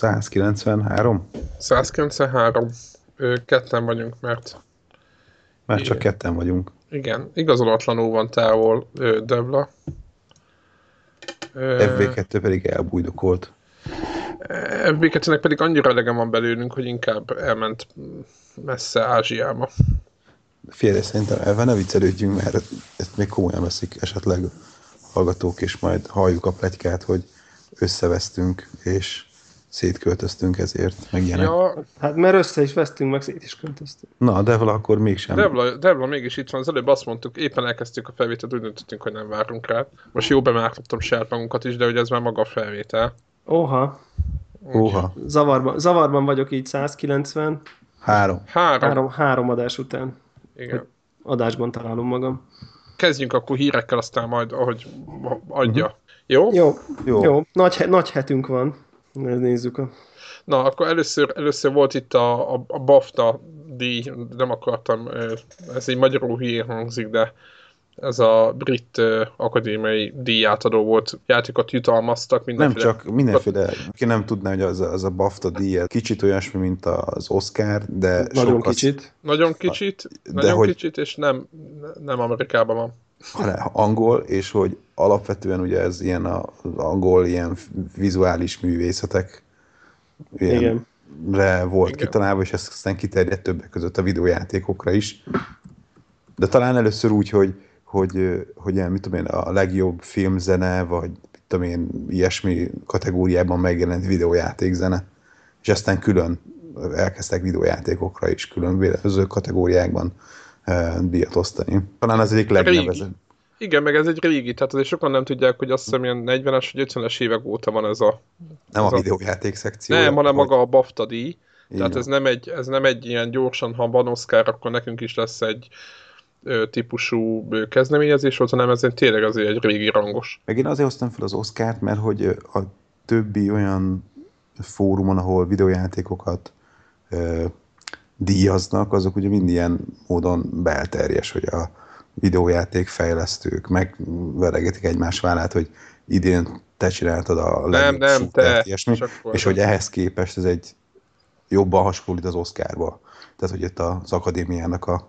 193? 193. Ketten vagyunk, Mert csak ketten vagyunk. igen, igazolatlanul van távol Devla. FB2 pedig elbújdokolt. FB2-nek pedig annyira elegem van belőlünk, hogy inkább elment messze Ázsiába. Figyelj, szerintem ebben ne viccelődjünk, mert ezt még komolyan veszik esetleg hallgatók, és majd halljuk a pletykát, hogy összevesztünk, és szétköltöztünk ezért, meg ilyenek. Ja, Hát mert össze is vesztünk, meg szét is költöztünk. Na, Devla akkor mégsem. Devla mégis itt van, az előbb azt mondtuk, éppen elkezdtük a felvételt, úgy döntöttünk, hogy nem várunk rá. Most jó bemártottam saját magunkat is, de hogy ez már maga a felvétel. Óha. Zavarban vagyok így 190. Három adás után. Igen. Adásban találom magam. Kezdjünk akkor hírekkel, aztán majd, ahogy adja. Jó? Jó. Nagy hetünk van. Nézzük Na, akkor először volt itt a BAFTA díj, nem akartam, ez egy magyarul hülyén hangzik, de ez a brit akadémiai díjátadó volt, játékot jutalmaztak. Nem csak mindenféle, ki nem tudná, hogy az a BAFTA díj kicsit olyasmi, mint az Oscar, de nagyon kicsit. Nagyon kicsit, és nem Amerikában van. Angol, és hogy alapvetően ugye ez ilyen az angol ilyen vizuális művészetek ilyenre volt kitalálva, és ez aztán kiterjedt többek között a videójátékokra is. De talán először úgy, hogy mit tudom én, a legjobb filmzene, vagy mit tudom én, ilyesmi kategóriában megjelent videójátékzene. És aztán külön elkezdtek videójátékokra is különböző kategóriákban díjat osztani. Talán az egyik legnevezőbb. Igen, meg ez egy régi, tehát azért sokan nem tudják, hogy azt hiszem ilyen 40-es vagy 50-es évek óta van ez a... Nem a videójáték szekció. Nem, hanem maga a BAFTA díj. Tehát ez nem egy ilyen gyorsan, ha van Oscar, akkor nekünk is lesz egy típusú kezdeményezés volt, hanem ez tényleg azért egy régi rangos. Meg én azért hoztam fel az Oscart, mert hogy a többi olyan fórumon, ahol videójátékokat díjaznak, azok ugye mind ilyen módon belterjes, hogy a videójáték fejlesztők megveregetik egymás vállát, hogy idén te csináltad a legjobb shootert, ilyesmi, és hogy ehhez képest ez egy jobban hasonlít az Oscarba. Tehát, hogy itt az akadémiának a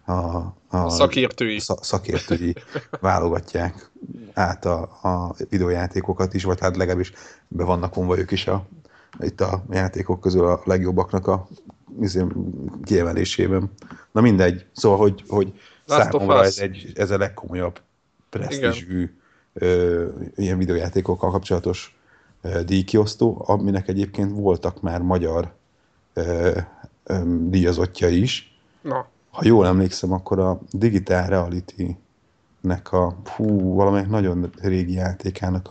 szakértői válogatják át a videójátékokat is, vagy hát legalábbis be vannak vonva ők is itt a játékok közül a legjobbaknak a kiemelésében. Na mindegy. Szóval, hogy számomra ez a legkomolyabb presztízsű ilyen videójátékokkal kapcsolatos díjkiosztó, aminek egyébként voltak már magyar díjazottja is. Na. Ha jól emlékszem, akkor a Digital Reality-nek valamelyik nagyon régi játékának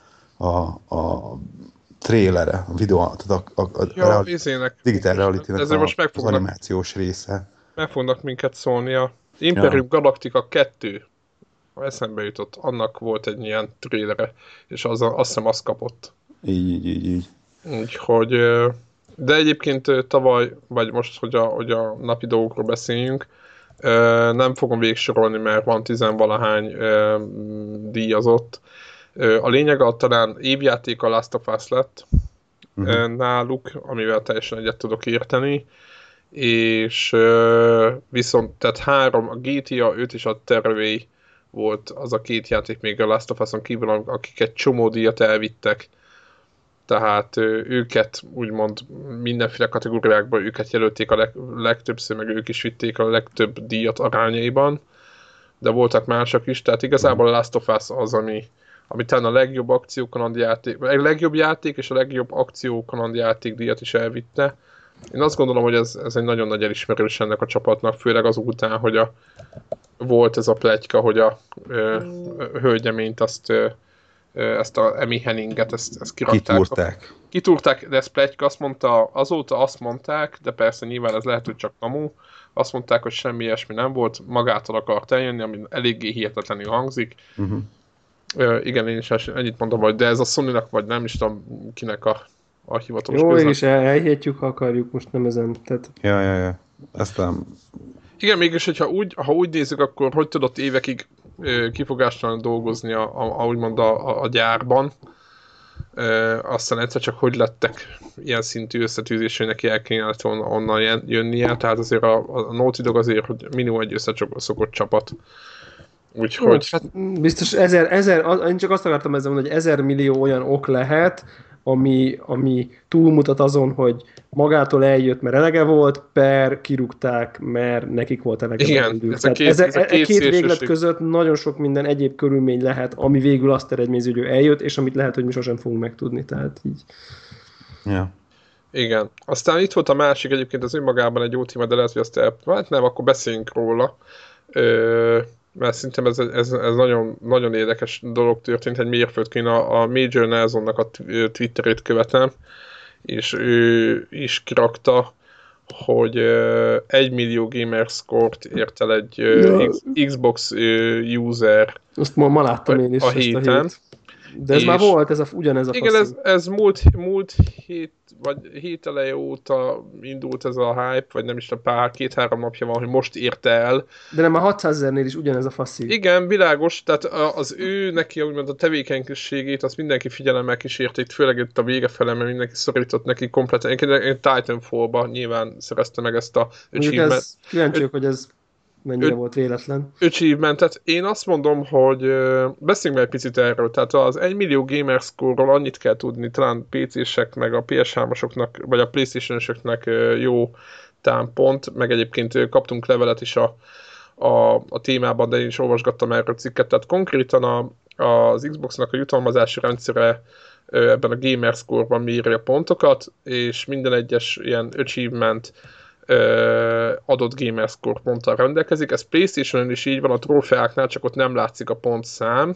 a trélere, a videó, tehát a Digital Reality-nek az animációs része. Meg fognak minket szólni a Imperium Galactica 2, ha eszembe jutott, annak volt egy ilyen trélere, és azt hiszem azt kapott. Így. Úgyhogy, de egyébként tavaly, vagy most, hogy a napi dolgokról beszéljünk, nem fogom végsorolni, mert van 10-valahány díjazott. A lényeg talán évjáték a Last of Us lett náluk, amivel teljesen egyet tudok érteni, és viszont, tehát 3, a GTA 5 és a Terraway volt az a 2 játék még a Last of Us-on kívül, akik egy csomó díjat elvittek, tehát őket úgymond mindenféle kategóriákban őket jelölték a legtöbbször, meg ők is vitték a legtöbb díjat arányaiban, de voltak mások is, tehát igazából a Last of Us az, ami talán a legjobb akciókalandjáték, a legjobb játék és a legjobb akciókalandjáték díjat is elvitte. Én azt gondolom, hogy ez egy nagyon nagy elismerés ennek a csapatnak, főleg azután, hogy volt ez a pletyka, hogy a hölgyeményt ezt a Amy Henninget, ezt kirakták. Kitúrták, de ez pletyka, azóta azt mondták, de persze nyilván ez lehet, hogy csak kamu, azt mondták, hogy semmi ilyesmi nem volt, magától akart eljönni, ami eléggé hihetetlenül hangzik. Igen, én is ennyit mondom, hogy de ez a Sony-nak, vagy nem is tudom kinek a hivatalos jó, és elhihetjük, ha akarjuk, most nem ezen. Tehát... Ja. Aztán... Igen, mégis, hogyha úgy nézzük, akkor hogy tudott évekig kifogástalan dolgozni úgymond a gyárban, Aztán egyszer csak hogy lettek ilyen szintű összetűzés, hogy neki el kellett volna onnan jönnie, tehát azért a Naughty Dog azért, hogy minimum egy összeszokott csapat. Úgyhogy... Hát biztos én csak azt akartam ezzel mondani, hogy 1000 millió olyan ok lehet, ami túlmutat azon, hogy magától eljött, mert elege volt, kirúgták, mert nekik volt elege. Igen, ez a két véglet között nagyon sok minden egyéb körülmény lehet, ami végül azt eredményezi, hogy ő eljött, és amit lehet, hogy mi sosem fogunk megtudni, tehát így. Ja. Igen. Aztán itt volt a másik, egyébként az önmagában egy jó téma, de lehet, hogy azt hát nem, akkor beszéljünk róla. Mert szerintem ez nagyon, nagyon érdekes dolog történt, egy mérföldkén a Major Nelsonnak a Twitterét követem, és ő is kirakta, hogy 1 millió gamerscore-t ért el egy Xbox user. Azt ma láttam én is a héten. De ez már volt, ugyanez a igen, ez múlt hét, vagy hét eleje óta indult ez a hype, vagy nem is a 2-3 napja van, hogy most érte el. De nem, a 600 000-nél is ugyanez a faszív. Igen, világos, tehát az ő neki, úgymond a tevékenységét, azt mindenki figyelemmel kísérte, itt főleg itt a vége fele, mert mindenki szorított neki kompletten. Én Titanfall-ba nyilván szerezte meg ezt a achievement. Kíváncsiak, hogy ez mennyire volt véletlen. Achievementet. Én azt mondom, hogy beszéljünk egy picit erről. Tehát az 1 millió gamerscore-ról annyit kell tudni, talán PC-sek, meg a PS3-osoknak, vagy a PlayStation-ösöknek jó támpont, meg egyébként kaptunk levelet is a témában, de én is olvasgattam erről cikket. Tehát konkrétan az Xbox-nak a jutalmazási rendszere ebben a gamerscore-ban méri a pontokat, és minden egyes ilyen achievement adott gamerscore ponttal rendelkezik. Ez PlayStation-on is így van, a trófeáknál, csak ott nem látszik a pontszám,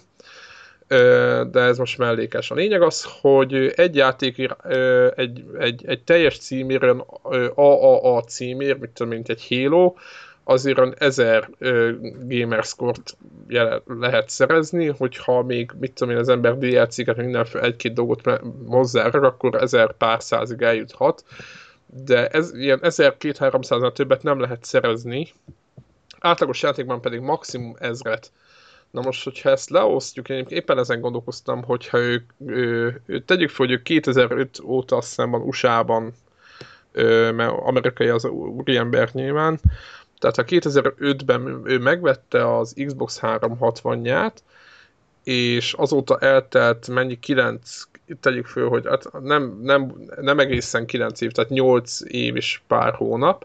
de ez most mellékes. A lényeg az, hogy egy játék egy teljes címéren, AAA címér, mint egy Halo, azért 1000 gamerscore-t lehet szerezni, hogyha még, az ember DLC-ket, mindenféle egy-két dolgot hozzárak, akkor 1000 pár százig eljuthat. De ez ilyen 1200-300-nál többet nem lehet szerezni, átlagos játékban pedig maximum 1000-et. Na most, hogyha ezt leosztjuk, én éppen ezen gondolkoztam, hogyha tegyük fel, hogy ők 2005 óta azt hiszem van USA-ban, mert amerikai az úriember nyilván, tehát ha 2005-ben ő megvette az Xbox 360-ját, és azóta eltelt mennyi 9, tegyük föl, hogy hát nem egészen 9 év, tehát 8 év és pár hónap,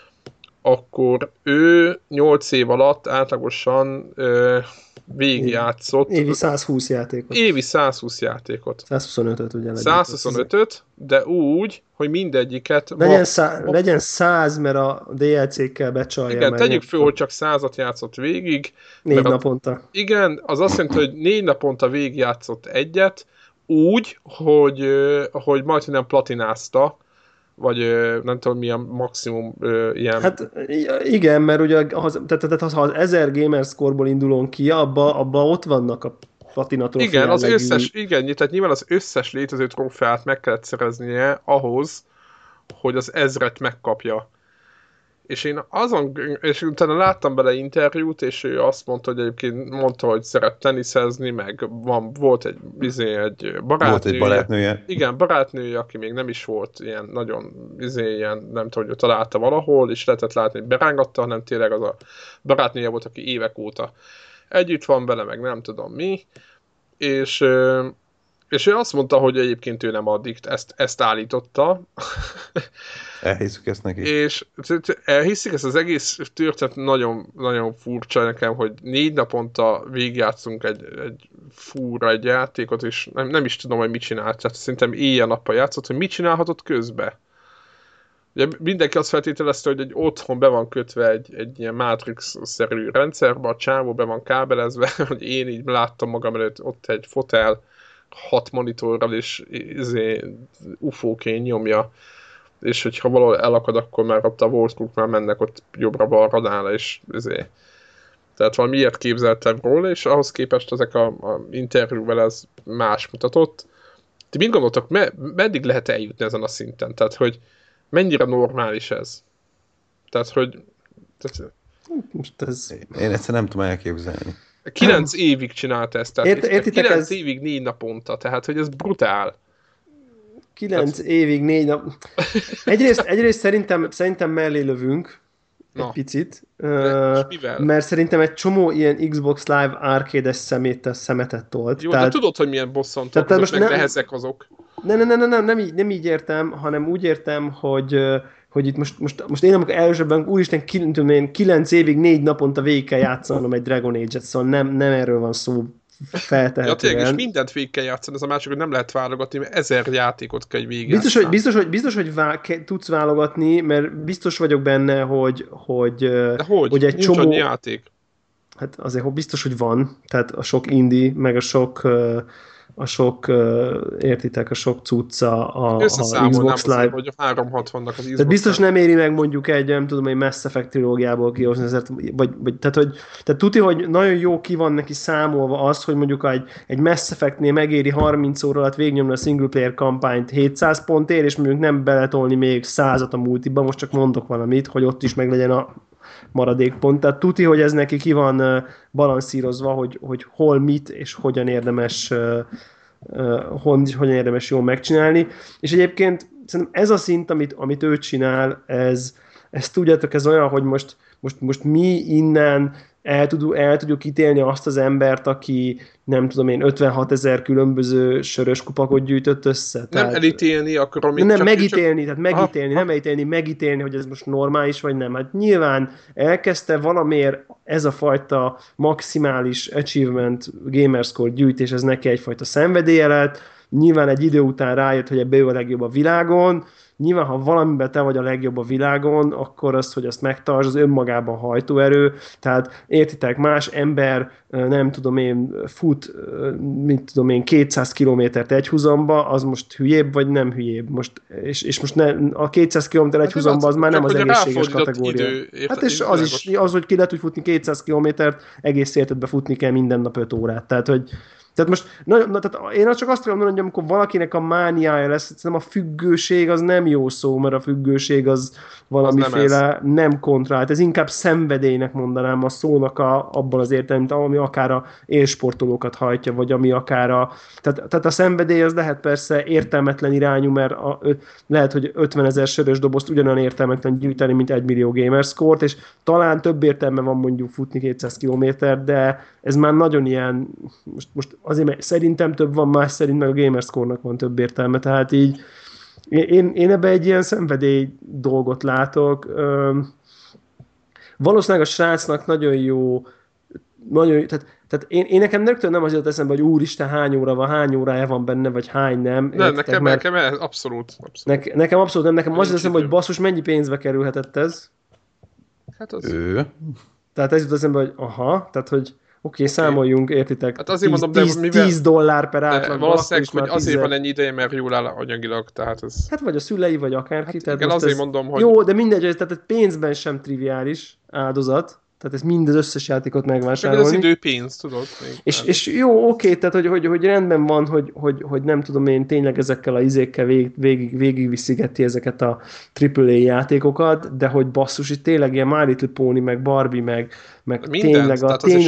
akkor ő 8 év alatt átlagosan végigjátszott. Évi 120 játékot. Évi 120 játékot. 125-öt ugye. 125-öt, de úgy, hogy mindegyiket... Legyen 100, mert a DLC-kkel becsalja. Igen, tegyük föl, hogy csak 100-at játszott végig. 4 naponta. Igen, az azt jelenti, hogy 4 naponta végigjátszott egyet, úgy, hogy majdnem platinázta, vagy nem tudom, milyen maximum ilyen... Hát igen, mert ugye tehát ha az 1000 gamerscore-ból indulunk ki, abba ott vannak a platina trófeák. Igen, az összes, igen, tehát nyilván az összes létező trófeát meg kellett szereznie ahhoz, hogy az 1000-et megkapja. És én és utána láttam bele interjút, és ő azt mondta, hogy egyébként mondta, hogy szeret teniszezni, meg volt egy barátnője. Volt egy barátnője. Igen, barátnője, aki még nem is volt ilyen nagyon, ilyen, nem tudom, hogy találta valahol, és lehetett látni, hogy berángatta, hanem tényleg az a barátnője volt, aki évek óta együtt van vele, meg nem tudom mi, és ő azt mondta, hogy egyébként ő nem addikt, ezt állította. Elhiszük ezt neki. És elhiszik, ezt az egész történet nagyon, nagyon furcsa nekem, hogy 4 naponta végigjátszunk egy játékot, és nem is tudom, hogy mit csinált. Tehát szerintem éjjel-nappal játszott, hogy mit csinálhatott közbe. Ugye mindenki azt feltételezte, hogy egy otthon be van kötve egy ilyen Matrix-szerű rendszerbe, a csávó be van kábelezve, hogy én így láttam magam előtt ott egy fotel 6 monitorral, és UFO-ként nyomja. És hogyha valahol elakad, akkor már ott a Wolfsburg már mennek ott jobbra-balra nála, és tehát valami ilyet képzeltem róla, és ahhoz képest ezek a interjúval ez más mutatott. Ti mit gondoltok, meddig lehet eljutni ezen a szinten? Tehát, hogy mennyire normális ez? Tehát, hogy... Most ez... Én egyszer nem tudom elképzelni. 9 évig csinálta ezt, tehát Értitek, 9 évig 4 naponta, tehát hogy ez brutál. 9 évig 4 nap. Egyrészt szerintem mellé lövünk egy picit, mert szerintem egy csomó ilyen Xbox Live arcade-es szemetet tolt. Jó, de tudod, hogy milyen bosszantók azok, meg nehezek azok. Nem így értem, hanem úgy értem, hogy itt most én amikor elsőbben, úristen, 9 évig 4 naponta végig kell játszanom egy Dragon Age-et, szóval nem erről van szó feltehetően. Ja, és mindent végig kell játszani, ez a másik, hogy nem lehet válogatni, mert 1000 játékot kell végig Biztos, hogy tudsz válogatni, mert biztos vagyok benne, hogy hogy egy nincs csomó... annyi játék. Hát azért biztos, hogy van, tehát a sok indie, meg a sok értitek, a sok cucca a Xbox Live. Azért, hogy a 360-nak az Xbox. Tehát biztos nem éri meg mondjuk egy Mass Effect trilógiából kihozni, tehát tuti, hogy nagyon jó ki van neki számolva az, hogy mondjuk egy Mass Effectnél megéri 30 óra alatt végignyomni a single player kampányt 700 pontért, és mondjuk nem beletolni még 100-at a multiba, most csak mondok valamit, hogy ott is meglegyen a maradékpont. Tehát tuti, hogy ez neki ki van balanszírozva, hogy hol mit és hogyan érdemes jól megcsinálni. És egyébként szerintem ez a szint, amit ő csinál, ez tudjátok, ez olyan, hogy most mi innen el tudjuk ítélni azt az embert, aki nem tudom én 56 000 különböző sörös kupakot gyűjtött össze. Nem elítélni akarom. Nem megítélni, megítélni, hogy ez most normális, vagy nem. Hát nyilván elkezdte valamiért ez a fajta maximális achievement gamerscore gyűjtés, ez neki egyfajta szenvedélye lett. Nyilván egy idő után rájött, hogy ebbe ő a legjobb a világon. Nyilván, ha valamiben te vagy a legjobb a világon, akkor azt, hogy azt megtartsd, az önmagában hajtóerő. Tehát értitek, más ember, nem tudom én, fut, 200 kilométert egyhuzamba, az most hülyébb, vagy nem hülyébb? És most a 200 kilométer egyhuzamba az már nem az egészséges kategória. Hát és az, hogy ki lehet úgy futni 200 kilométert, egész életedbe futni kell minden nap 5 órát. Tehát most, tehát én csak azt tudom mondani, hogy amikor valakinek a mániája lesz, nem a függőség az nem jó szó, mert a függőség az valamiféle nem kontrollált. Ez inkább szenvedélynek mondanám a szónak abban az értelemben, ami akár a élsportolókat hajtja, vagy ami akár tehát a szenvedély az lehet persze értelmetlen irányú, mert lehet, hogy 50 000 sörös dobozt ugyanolyan értelmetlen gyűjteni, mint 1 millió gamerscore-t, és talán több értelme van mondjuk futni 200 kilométer, de ez már nagyon ilyen, most azért, mert szerintem több van, más szerint meg a gamerscore-nak van több értelme, tehát így én ebbe egy ilyen szenvedély dolgot látok. Valószínűleg a srácnak nagyon jó, tehát én nekem rögtön nem az jutott eszembe, hogy úristen, hány órája van benne, vagy hány nem. Nem, nekem abszolút. Nekem abszolút nem, nekem az jutott eszembe, hogy basszus, mennyi pénzbe kerülhetett ez? Hát az... Tehát ez jutott eszembe, hogy tehát hogy Oké, számoljunk, értitek? Hát azért mondom, de mivel... $10 per átlag. Valószínűleg, hogy azért van ennyi ideje, mert jól áll anyagilag, tehát ez... Hát vagy a szülei, vagy akárki. Hát igen, azért mondom, hogy... Jó, de mindegy, tehát pénzben sem triviális áldozat. Tehát ez mind az összes játékot megvásárolni. Csak az idő pénz, tudod? És jó, oké, tehát hogy rendben van, hogy nem tudom én tényleg ezekkel a izékkel végigviszigeti ezeket a AAA játékokat, de hogy basszus, itt tényleg ilyen My Little Pony, meg Barbie, meg tényleg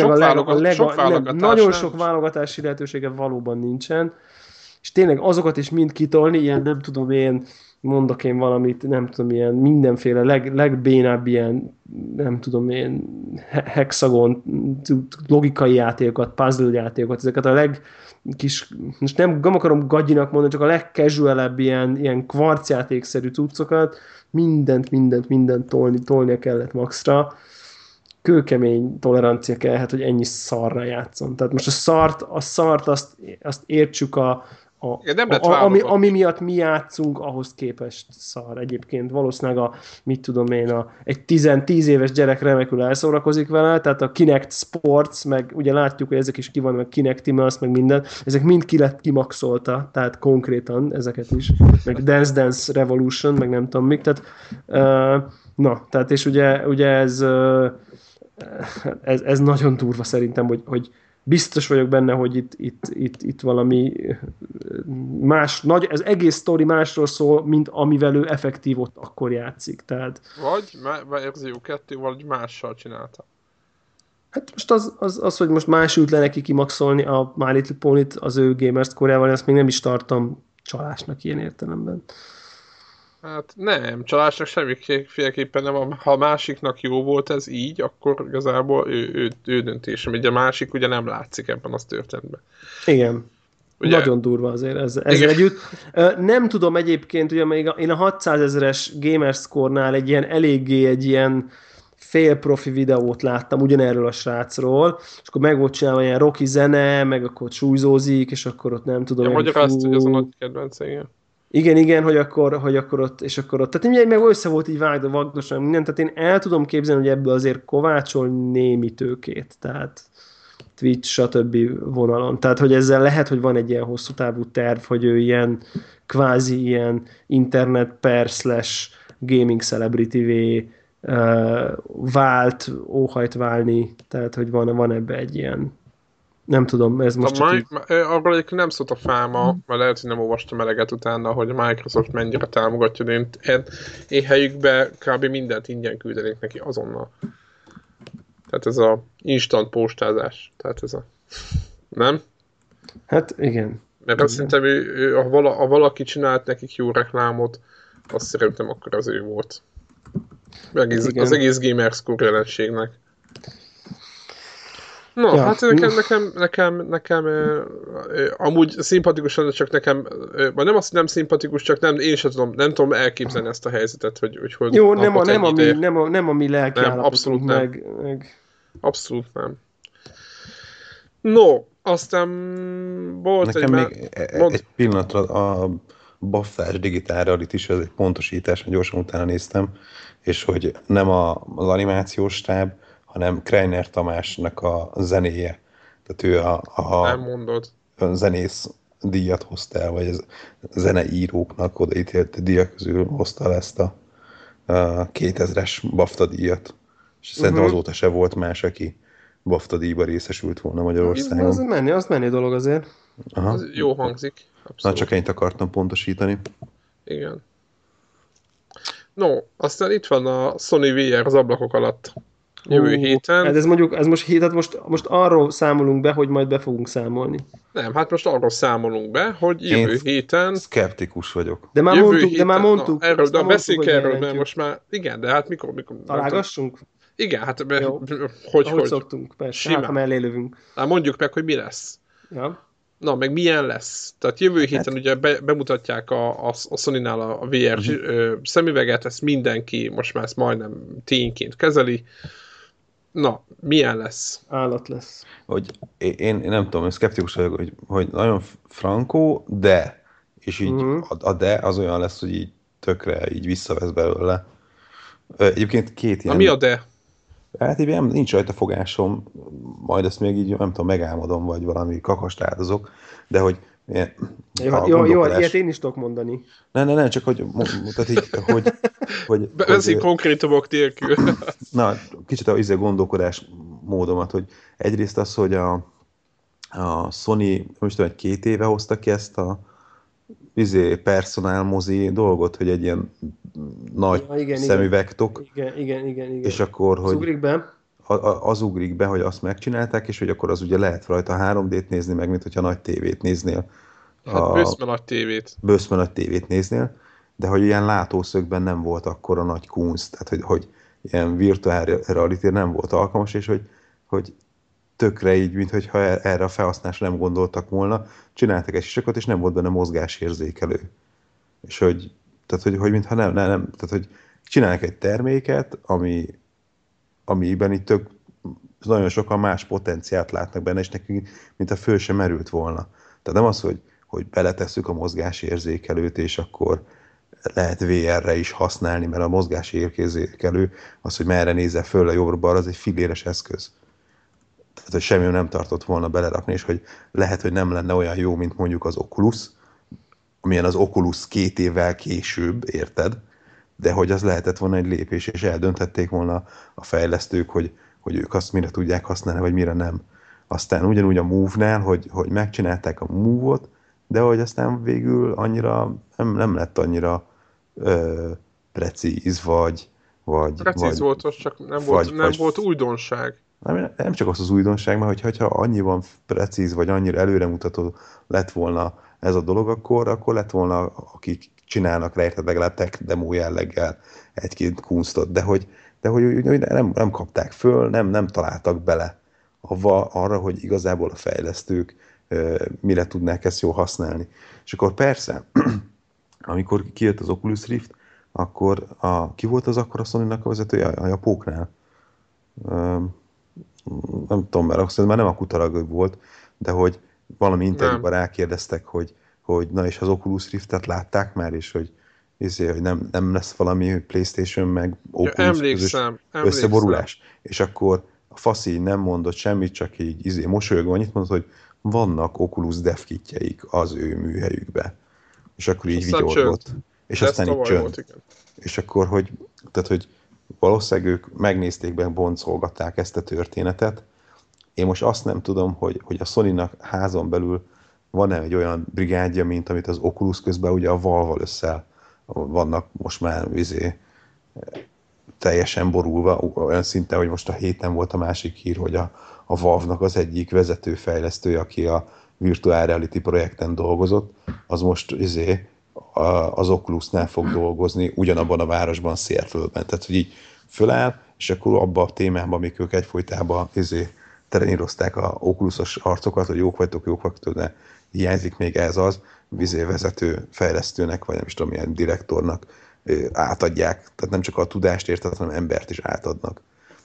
nagyon sok válogatási lehetősége valóban nincsen. És tényleg azokat is mind kitolni, ilyen nem tudom én, mondok én valamit, nem tudom, ilyen mindenféle legbénább ilyen, nem tudom én, hexagon, logikai játékokat, puzzle játékokat, ezeket a most nem akarom gagyinak mondani, csak a legcasualebb ilyen kvarcjátékszerű cuccokat, mindent tolnia kellett maxra. Kőkemény tolerancia kellhet, hogy ennyi szarra játszom. Tehát most a szart azt értsük ami miatt mi játszunk, ahhoz képest szar. Egyébként valószínűleg egy 10 éves gyerek remekül elszórakozik vele, tehát a Kinect Sports, meg ugye látjuk, hogy ezek is ki vannak, meg Kinectimals, meg minden, ezek mind ki lett kimaxolta, tehát konkrétan ezeket is, meg Dance Revolution, meg nem tudom mik, tehát tehát és ugye ez nagyon durva szerintem, hogy biztos vagyok benne, hogy itt valami más, ez egész sztori másról szól, mint amivel ő effektív ott akkor játszik. Tehát... Vagy Verzió 2, vagy mással csinálta. Hát most az, hogy most más ült le neki kimaxolni a My Little Pony-t az ő gamerscore-jával, ezt még nem is tartom csalásnak ilyen értelemben. Hát nem, csalásnak semmiféleképpen nem. Ha a másiknak jó volt ez így, akkor igazából ő döntésem. Ugye a másik ugye nem látszik ebben az történetben. Igen. Ugye? Nagyon durva azért ezzel együtt. Nem tudom egyébként, ugye még én a 600 000-es Gamerscore-nál egy ilyen fél profi videót láttam ugyanerről a srácról, és akkor meg volt csinálva ilyen rocky zene, meg akkor súlyzózik, és akkor ott nem tudom. Ja, magyarázt, hogy az a nagy kedvence, igen. Igen, hogy akkor ott, és akkor ott. Tehát mindjárt meg össze volt így vágva vagdosan minden, tehát én el tudom képzelni, hogy ebből azért kovácsol némi tőkét, tehát Twitch, stb. Vonalon. Tehát, hogy ezzel lehet, hogy van egy ilyen hosszú távú terv, hogy ő ilyen kvázi ilyen internet per / gaming celebrity-vé vált, óhajt válni, tehát, hogy van ebbe egy ilyen nem tudom, ez most csak így... Arról egyébként nem szólt a fáma, mert lehet, hogy nem olvastam eleget utána, hogy a Microsoft mennyire támogatja, de én helyükbe kb. Mindent ingyen küldenék neki azonnal. Tehát ez a instant postázás. Tehát ez a... Nem? Hát igen. Mert azt szerintem, ha valaki csinált nekik jó reklámot, azt szerintem akkor az ő volt. Az egész Gamerscore jelenségnek. No, ja. Hát nekem amúgy szimpatikus lenne, csak nekem, vagy nem azt, hogy nem szimpatikus, csak én sem nem tudom elképzelni ezt a helyzetet, hogy jó, nem a mi lelki állapotunk meg. Abszolút nem. No, aztán volt nekem még egy pillanatra a baffás digitál realitis, ez egy pontosítás, mert gyorsan utána néztem, és hogy nem az animációs stáb, hanem Kreiner Tamásnak a zenéje. Tehát ő nem mondod. Zenész díjat hozta el, vagy a zeneíróknak odaítélt díjak közül hozta el ezt a 2000-es BAFTA díjat. És szerintem azóta se volt más, aki BAFTA díjba részesült volna Magyarországon. Az menő dolog azért. Aha. Az jó hangzik. Abszolút. Na, csak ennyit akartam pontosítani. Igen. No, aztán itt van a Sony VR az ablakok alatt. Jövő héten. Hát most arról számolunk be, hogy majd be fogunk számolni. Nem, hát most arról számolunk be, hogy jövő héten... Szkeptikus vagyok. De már mondtuk. Na, beszéljünk erről, mert most már... Igen, de hát mikor... Találgassunk? Igen, hát hogy szoktunk, persze, simán. Hát ha mellé lövünk. Hát mondjuk meg, hogy mi lesz. Ja. Na, meg milyen lesz. Tehát jövő héten ugye bemutatják a Sony-nál a VR szemüveget, ezt mindenki most már ezt majdnem tényként kezeli. Na, milyen lesz? Állat lesz. Hogy én nem tudom, én szkeptikus vagyok, hogy nagyon frankó, de, és így a de az olyan lesz, hogy így tökre így visszavesz belőle. Egyébként két ilyen... Na mi a de? Hát így nincs rajta fogásom, majd ezt még így nem tudom, megálmodom, vagy valami kakast áldozok, de hogy... Jó, ilyet én is tudok mondani. Ne, csak hogy Beszélj konkrétumok nélkül. Na, kicsit a gondolkodás módomat, hogy egyrészt az, hogy a Sony, most tudom, 2 éve hozta ki ezt a personál mozi dolgot, hogy egy ilyen nagy szemüvegtok. Igen. És akkor, hogy... Ugrik be. Az ugrik be, hogy azt megcsinálták, és hogy akkor az ugye lehet rajta 3D-t nézni, meg mint hogyha nagy tévét néznél. Hát bőszme nagy tévét. Bőszme nagy tévét néznél, de hogy ilyen látószögben nem volt akkor a nagy kunst, tehát hogy ilyen virtuál reality nem volt alkalmas, és hogy tökre így, mintha erre a felhasználásra nem gondoltak volna, csináltak egy sisakot, és nem volt benne mozgásérzékelő. És hogy, tehát, hogy mintha nem, tehát, hogy csinálnak egy terméket, amiben itt nagyon sokan más potenciált látnak benne, és nekünk mintha föl sem merült volna. Tehát nem az, hogy beletesszük a mozgásérzékelőt, és akkor lehet VR-re is használni, mert a mozgásérzékelő, az, hogy merre nézze föl a jobbra-balra, az egy filéres eszköz. Tehát, hogy semmi nem tartott volna belerakni, és hogy lehet, hogy nem lenne olyan jó, mint mondjuk az Oculus, amilyen az Oculus 2 évvel később, érted? De hogy az lehetett volna egy lépés, és eldönthették volna a fejlesztők, hogy ők azt mire tudják használni, vagy mire nem. Aztán ugyanúgy a Move-nál, hogy megcsinálták a Move-ot, de hogy aztán végül annyira nem lett annyira precíz, vagy precíz volt, az csak nem volt újdonság. nem csak az az újdonság, mert hogyha annyiban precíz, vagy annyira előremutató lett volna ez a dolog, akkor lett volna, akik csinálnak rá, érted, legalább tech demo jelleggel egy-két kunstot, de hogy nem kapták föl, nem találtak bele arra, hogy igazából a fejlesztők mire tudnák ezt jól használni. És akkor persze, amikor kijött az Oculus Rift, akkor ki volt az akkor a Sony-nak a vezetője? A Japóknál? Nem tudom, mert azt már nem a kutarag volt, de hogy valami interjúban rákérdeztek, hogy na és az Oculus Riftet látták már, és hogy nem lesz valami PlayStation meg Oculus közös összeborulás. És akkor a faszi nem mondott semmit, csak így mosolyogva annyit mondott, hogy vannak Oculus devkitjeik az ő műhelyükbe. És akkor így vigyorgott. És aztán így csönd. És akkor, hogy valószínűleg ők megnézték be, boncolgatták ezt a történetet. Én most azt nem tudom, hogy a Sony-nak házon belül van-e egy olyan brigádja, mint amit az Oculus közben ugye a Valve-val össze vannak most már teljesen borulva, olyan szinten, hogy most a héten volt a másik hír, hogy a Valve-nak az egyik vezető fejlesztője, aki a Virtual Reality projekten dolgozott, az most az Oculusnál fog dolgozni, ugyanabban a városban, Seattle-ben. Tehát, hogy így föláll, és akkor abban a témában, amik ők egyfolytában trenírozták a Oculusos arcokat, hogy jók vagytok, de hiányzik még ez az, vezető fejlesztőnek, vagy nem is tudom, milyen direktornak átadják. Tehát nem csak a tudást érted, hanem embert is átadnak.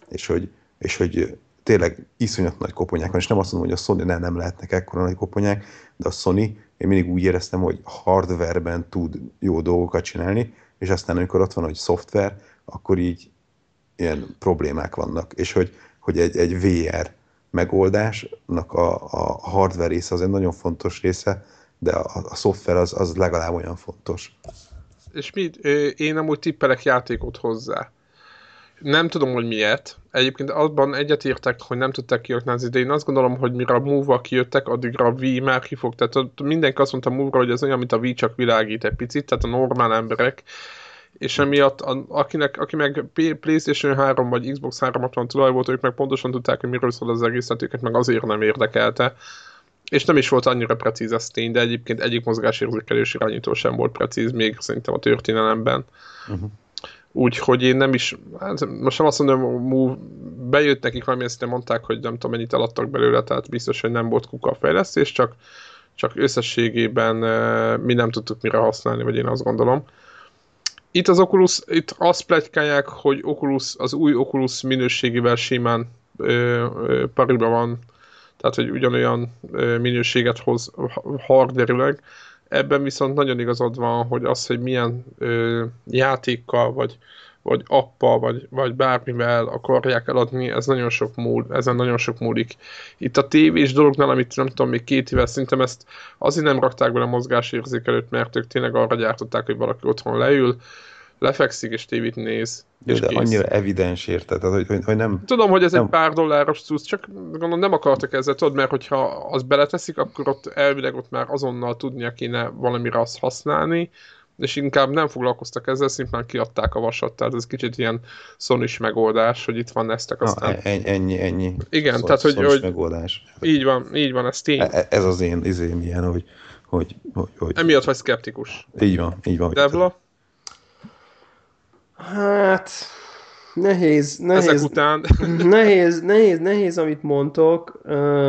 És hogy tényleg iszonyat nagy koponyák van, és nem azt mondom, hogy a Sony nem lehetnek ekkora nagy koponyák, de a Sony, én mindig úgy éreztem, hogy hardwareben tud jó dolgokat csinálni, és aztán amikor ott van, hogy szoftver, akkor így ilyen problémák vannak. És hogy egy VR megoldásnak a hardware része az egy nagyon fontos része, de a szoftver az legalább olyan fontos. És én amúgy tippelek játékot hozzá. Nem tudom, hogy miért. Egyébként abban egyetértek, hogy nem tudták kiaknázni, de én azt gondolom, hogy mire a Move-val kijöttek, addigra a Wii már kifog. Tehát mindenki azt mondta a Move-ra, hogy ez olyan, mint a Wii, csak világít egy picit, tehát a normál emberek. És emiatt, aki meg PlayStation 3 vagy Xbox 360 tulaj volt, ők meg pontosan tudták, hogy miről szól az egész, tehát őket meg azért nem érdekelte. És nem is volt annyira precíz ez tény, de egyébként egyik mozgásérzékelős irányító sem volt precíz, még szerintem a történelemben. Úgyhogy én nem is, most nem azt mondom, hogy bejött nekik valamilyen szinten, mondták, hogy nem tudom mennyit eladtak belőle, tehát biztos, hogy nem volt kuka a fejlesztés, csak összességében mi nem tudtuk mire használni, vagy én azt gondolom. Itt az Oculus, itt azt pletykálják, hogy az új Oculus minőségével simán pariba van, tehát hogy ugyanolyan minőséget hoz hardware-ileg. Ebben viszont nagyon igazad van, hogy az, hogy milyen játékkal, vagy appal, vagy bármivel akarják eladni, ezen nagyon sok múlik. Itt a tévés dolognál, amit nem tudom, még 2 éve szerintem ezt azért nem rakták bele a mozgásérzékelőt, mert ők tényleg arra gyártották, hogy valaki otthon leül, lefekszik és tévét néz. És de kész. Annyira evidens érted, hogy nem... Tudom, hogy ez egy pár dolláros cucc, csak gondolom nem akartak ezzel, tudod, mert hogyha azt beleteszik, akkor ott elvileg ott már azonnal tudnia kéne valamire azt használni, és inkább nem foglalkoztak ezzel, szimplán kiadták a vasat, tehát ez kicsit ilyen Sony-s megoldás, hogy itt van eztek aztán... Ennyi. Igen, tehát hogy megoldás. Így van, ez tény. Ez az én ilyen, hogy... Emiatt vagy szkeptikus. Így van. Devla? Hát... Nehéz. Ezek után... nehéz, amit mondtok.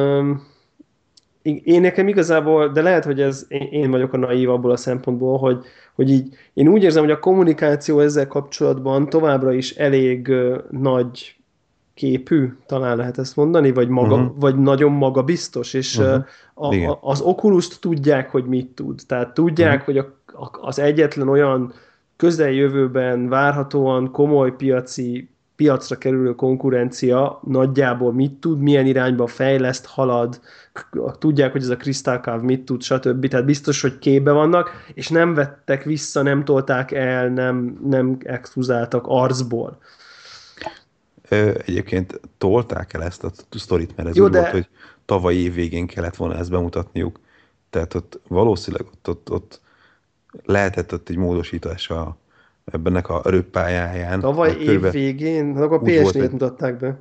Én nekem igazából, de lehet, hogy én vagyok a naív abból a szempontból, hogy így én úgy érzem, hogy a kommunikáció ezzel kapcsolatban továbbra is elég nagy képű, talán lehet ezt mondani, vagy nagyon magabiztos, és az Oculus-t tudják, hogy mit tud. Tehát tudják, hogy az egyetlen olyan közeljövőben várhatóan komoly piacra kerülő konkurencia nagyjából mit tud, milyen irányba fejleszt, halad, tudják, hogy ez a Crystal Cave mit tud, stb. Tehát biztos, hogy képbe vannak, és nem vettek vissza, nem tolták el, nem exkluzáltak arcból. Egyébként tolták el ezt a sztorit, mert ez úgy volt, hogy tavaly év végén kellett volna ezt bemutatniuk. Tehát ott valószínűleg ott lehetett ott egy módosítás ebbennek a röppályáján. Tavaly év végén? Akkor a PS4-et mutatták be.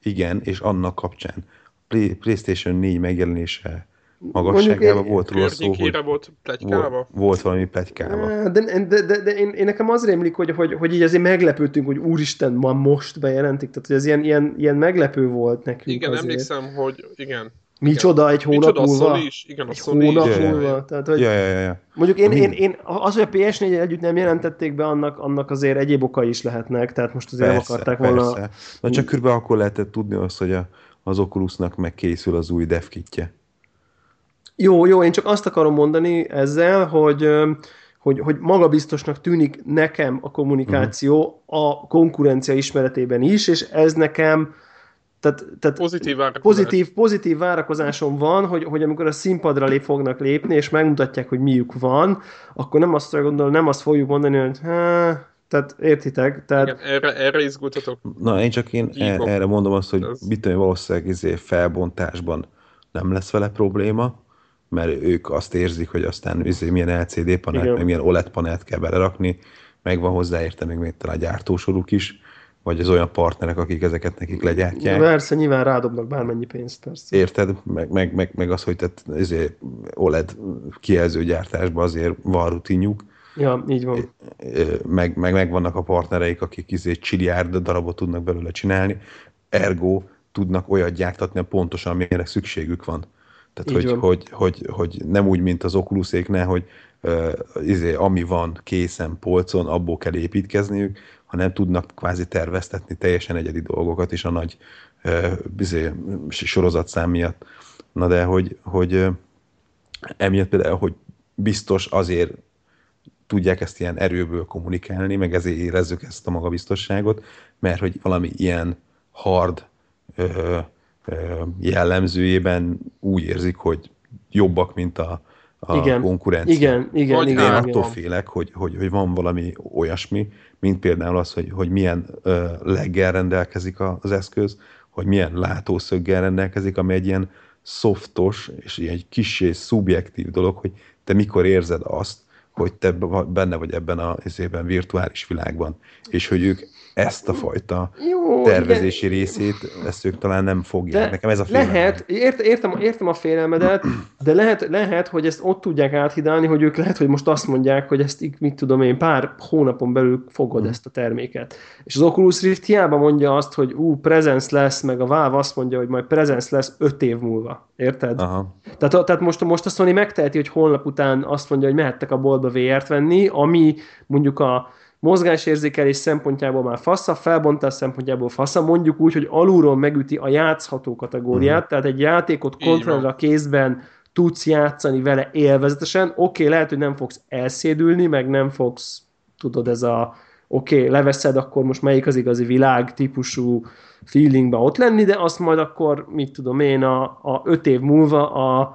Igen, és annak kapcsán PlayStation 4 megjelenése Mondjuk magasságában volt róla szó, hogy Környékére volt pletykálva? volt valami pletykába. De én nekem az rémlik, hogy így azért meglepődtünk, hogy úristen, ma most bejelentik, tehát hogy ez ilyen meglepő volt nekünk Igen, azért. emlékszem, hogy igen. Micsoda, egy hónap Micsoda, a múlva? Sony is, igen, a Egy Sony hónap is. múlva. Tehát, hogy Ja. mondjuk az, hogy a PS4 együtt nem jelentették be, annak azért egyéb okai is lehetnek, tehát most azért nem akarták volna... Persze. Na csak körülbelül akkor lehetett tudni azt, hogy az Oculusnak megkészül az új dev kitje. Jó, én csak azt akarom mondani ezzel, hogy magabiztosnak tűnik nekem a kommunikáció a konkurencia ismeretében is, és ez nekem tehát pozitív várakozásom van, hogy amikor a színpadra fognak lépni, és megmutatják, hogy miük van, akkor nem azt gondolom, nem azt fogjuk mondani, hogy tehát értitek? Tehát... Igen, erre izgultatok. Na, én erre mondom azt, hogy valószínűleg felbontásban nem lesz vele probléma, mert ők azt érzik, hogy aztán milyen LCD panelt, meg milyen OLED panelt kell belerakni, megvan hozzá érte még talán a gyártósoruk is, vagy az olyan partnerek, akik ezeket nekik legyártják. Persze, nyilván rádobnak bármennyi pénzt, persze. Érted? Meg az, hogy OLED kijelzőgyártásban azért van rutinjuk. Ja, így van. Meg vannak a partnereik, akik csiliárd darabot tudnak belőle csinálni, ergo tudnak olyat gyártatni, pontosan amire szükségük van. Tehát, hogy nem úgy, mint az Oculuséknál, hogy ami van készen, polcon, abból kell építkezniük, hanem tudnak kvázi terveztetni teljesen egyedi dolgokat is a nagy sorozatszám miatt. Na de, hogy emiatt például, hogy biztos azért tudják ezt ilyen erőből kommunikálni, meg ezért érezzük ezt a magabiztosságot, mert hogy valami ilyen hard jellemzőjében úgy érzik, hogy jobbak, mint a konkurencia. Igen. Én attól félek, hogy van valami olyasmi, mint például az, hogy milyen leggel rendelkezik az eszköz, hogy milyen látószöggel rendelkezik, ami egy ilyen szoftos és egy kissé szubjektív dolog, hogy te mikor érzed azt, hogy te benne vagy ebben a virtuális világban, és hogy ők ezt a fajta tervezési részét, ezt ők talán nem fogják. Nekem ez a félelem. Lehet, értem a félelmedet, de lehet, hogy ezt ott tudják áthidalni, hogy ők lehet, hogy most azt mondják, hogy ezt mit tudom én, pár hónapon belül fogod ezt a terméket. És az Oculus Rift hiába mondja azt, hogy presence lesz, meg a Valve azt mondja, hogy majd presence lesz 5 év múlva. Érted? Aha. Tehát most a Sony megteheti, hogy holnap után azt mondja, hogy mehettek a boltba VR-t venni, ami mondjuk a mozgásérzékelés szempontjából már fasza, felbontás szempontjából fasza, mondjuk úgy, hogy alulról megüti a játszható kategóriát, tehát egy játékot kontrollra kézben tudsz játszani vele élvezetesen, lehet, hogy nem fogsz elszédülni, meg nem fogsz, tudod, ez a leveszed, akkor most melyik az igazi világ típusú feelingben ott lenni, de azt majd akkor, mit tudom én, a 5 év múlva a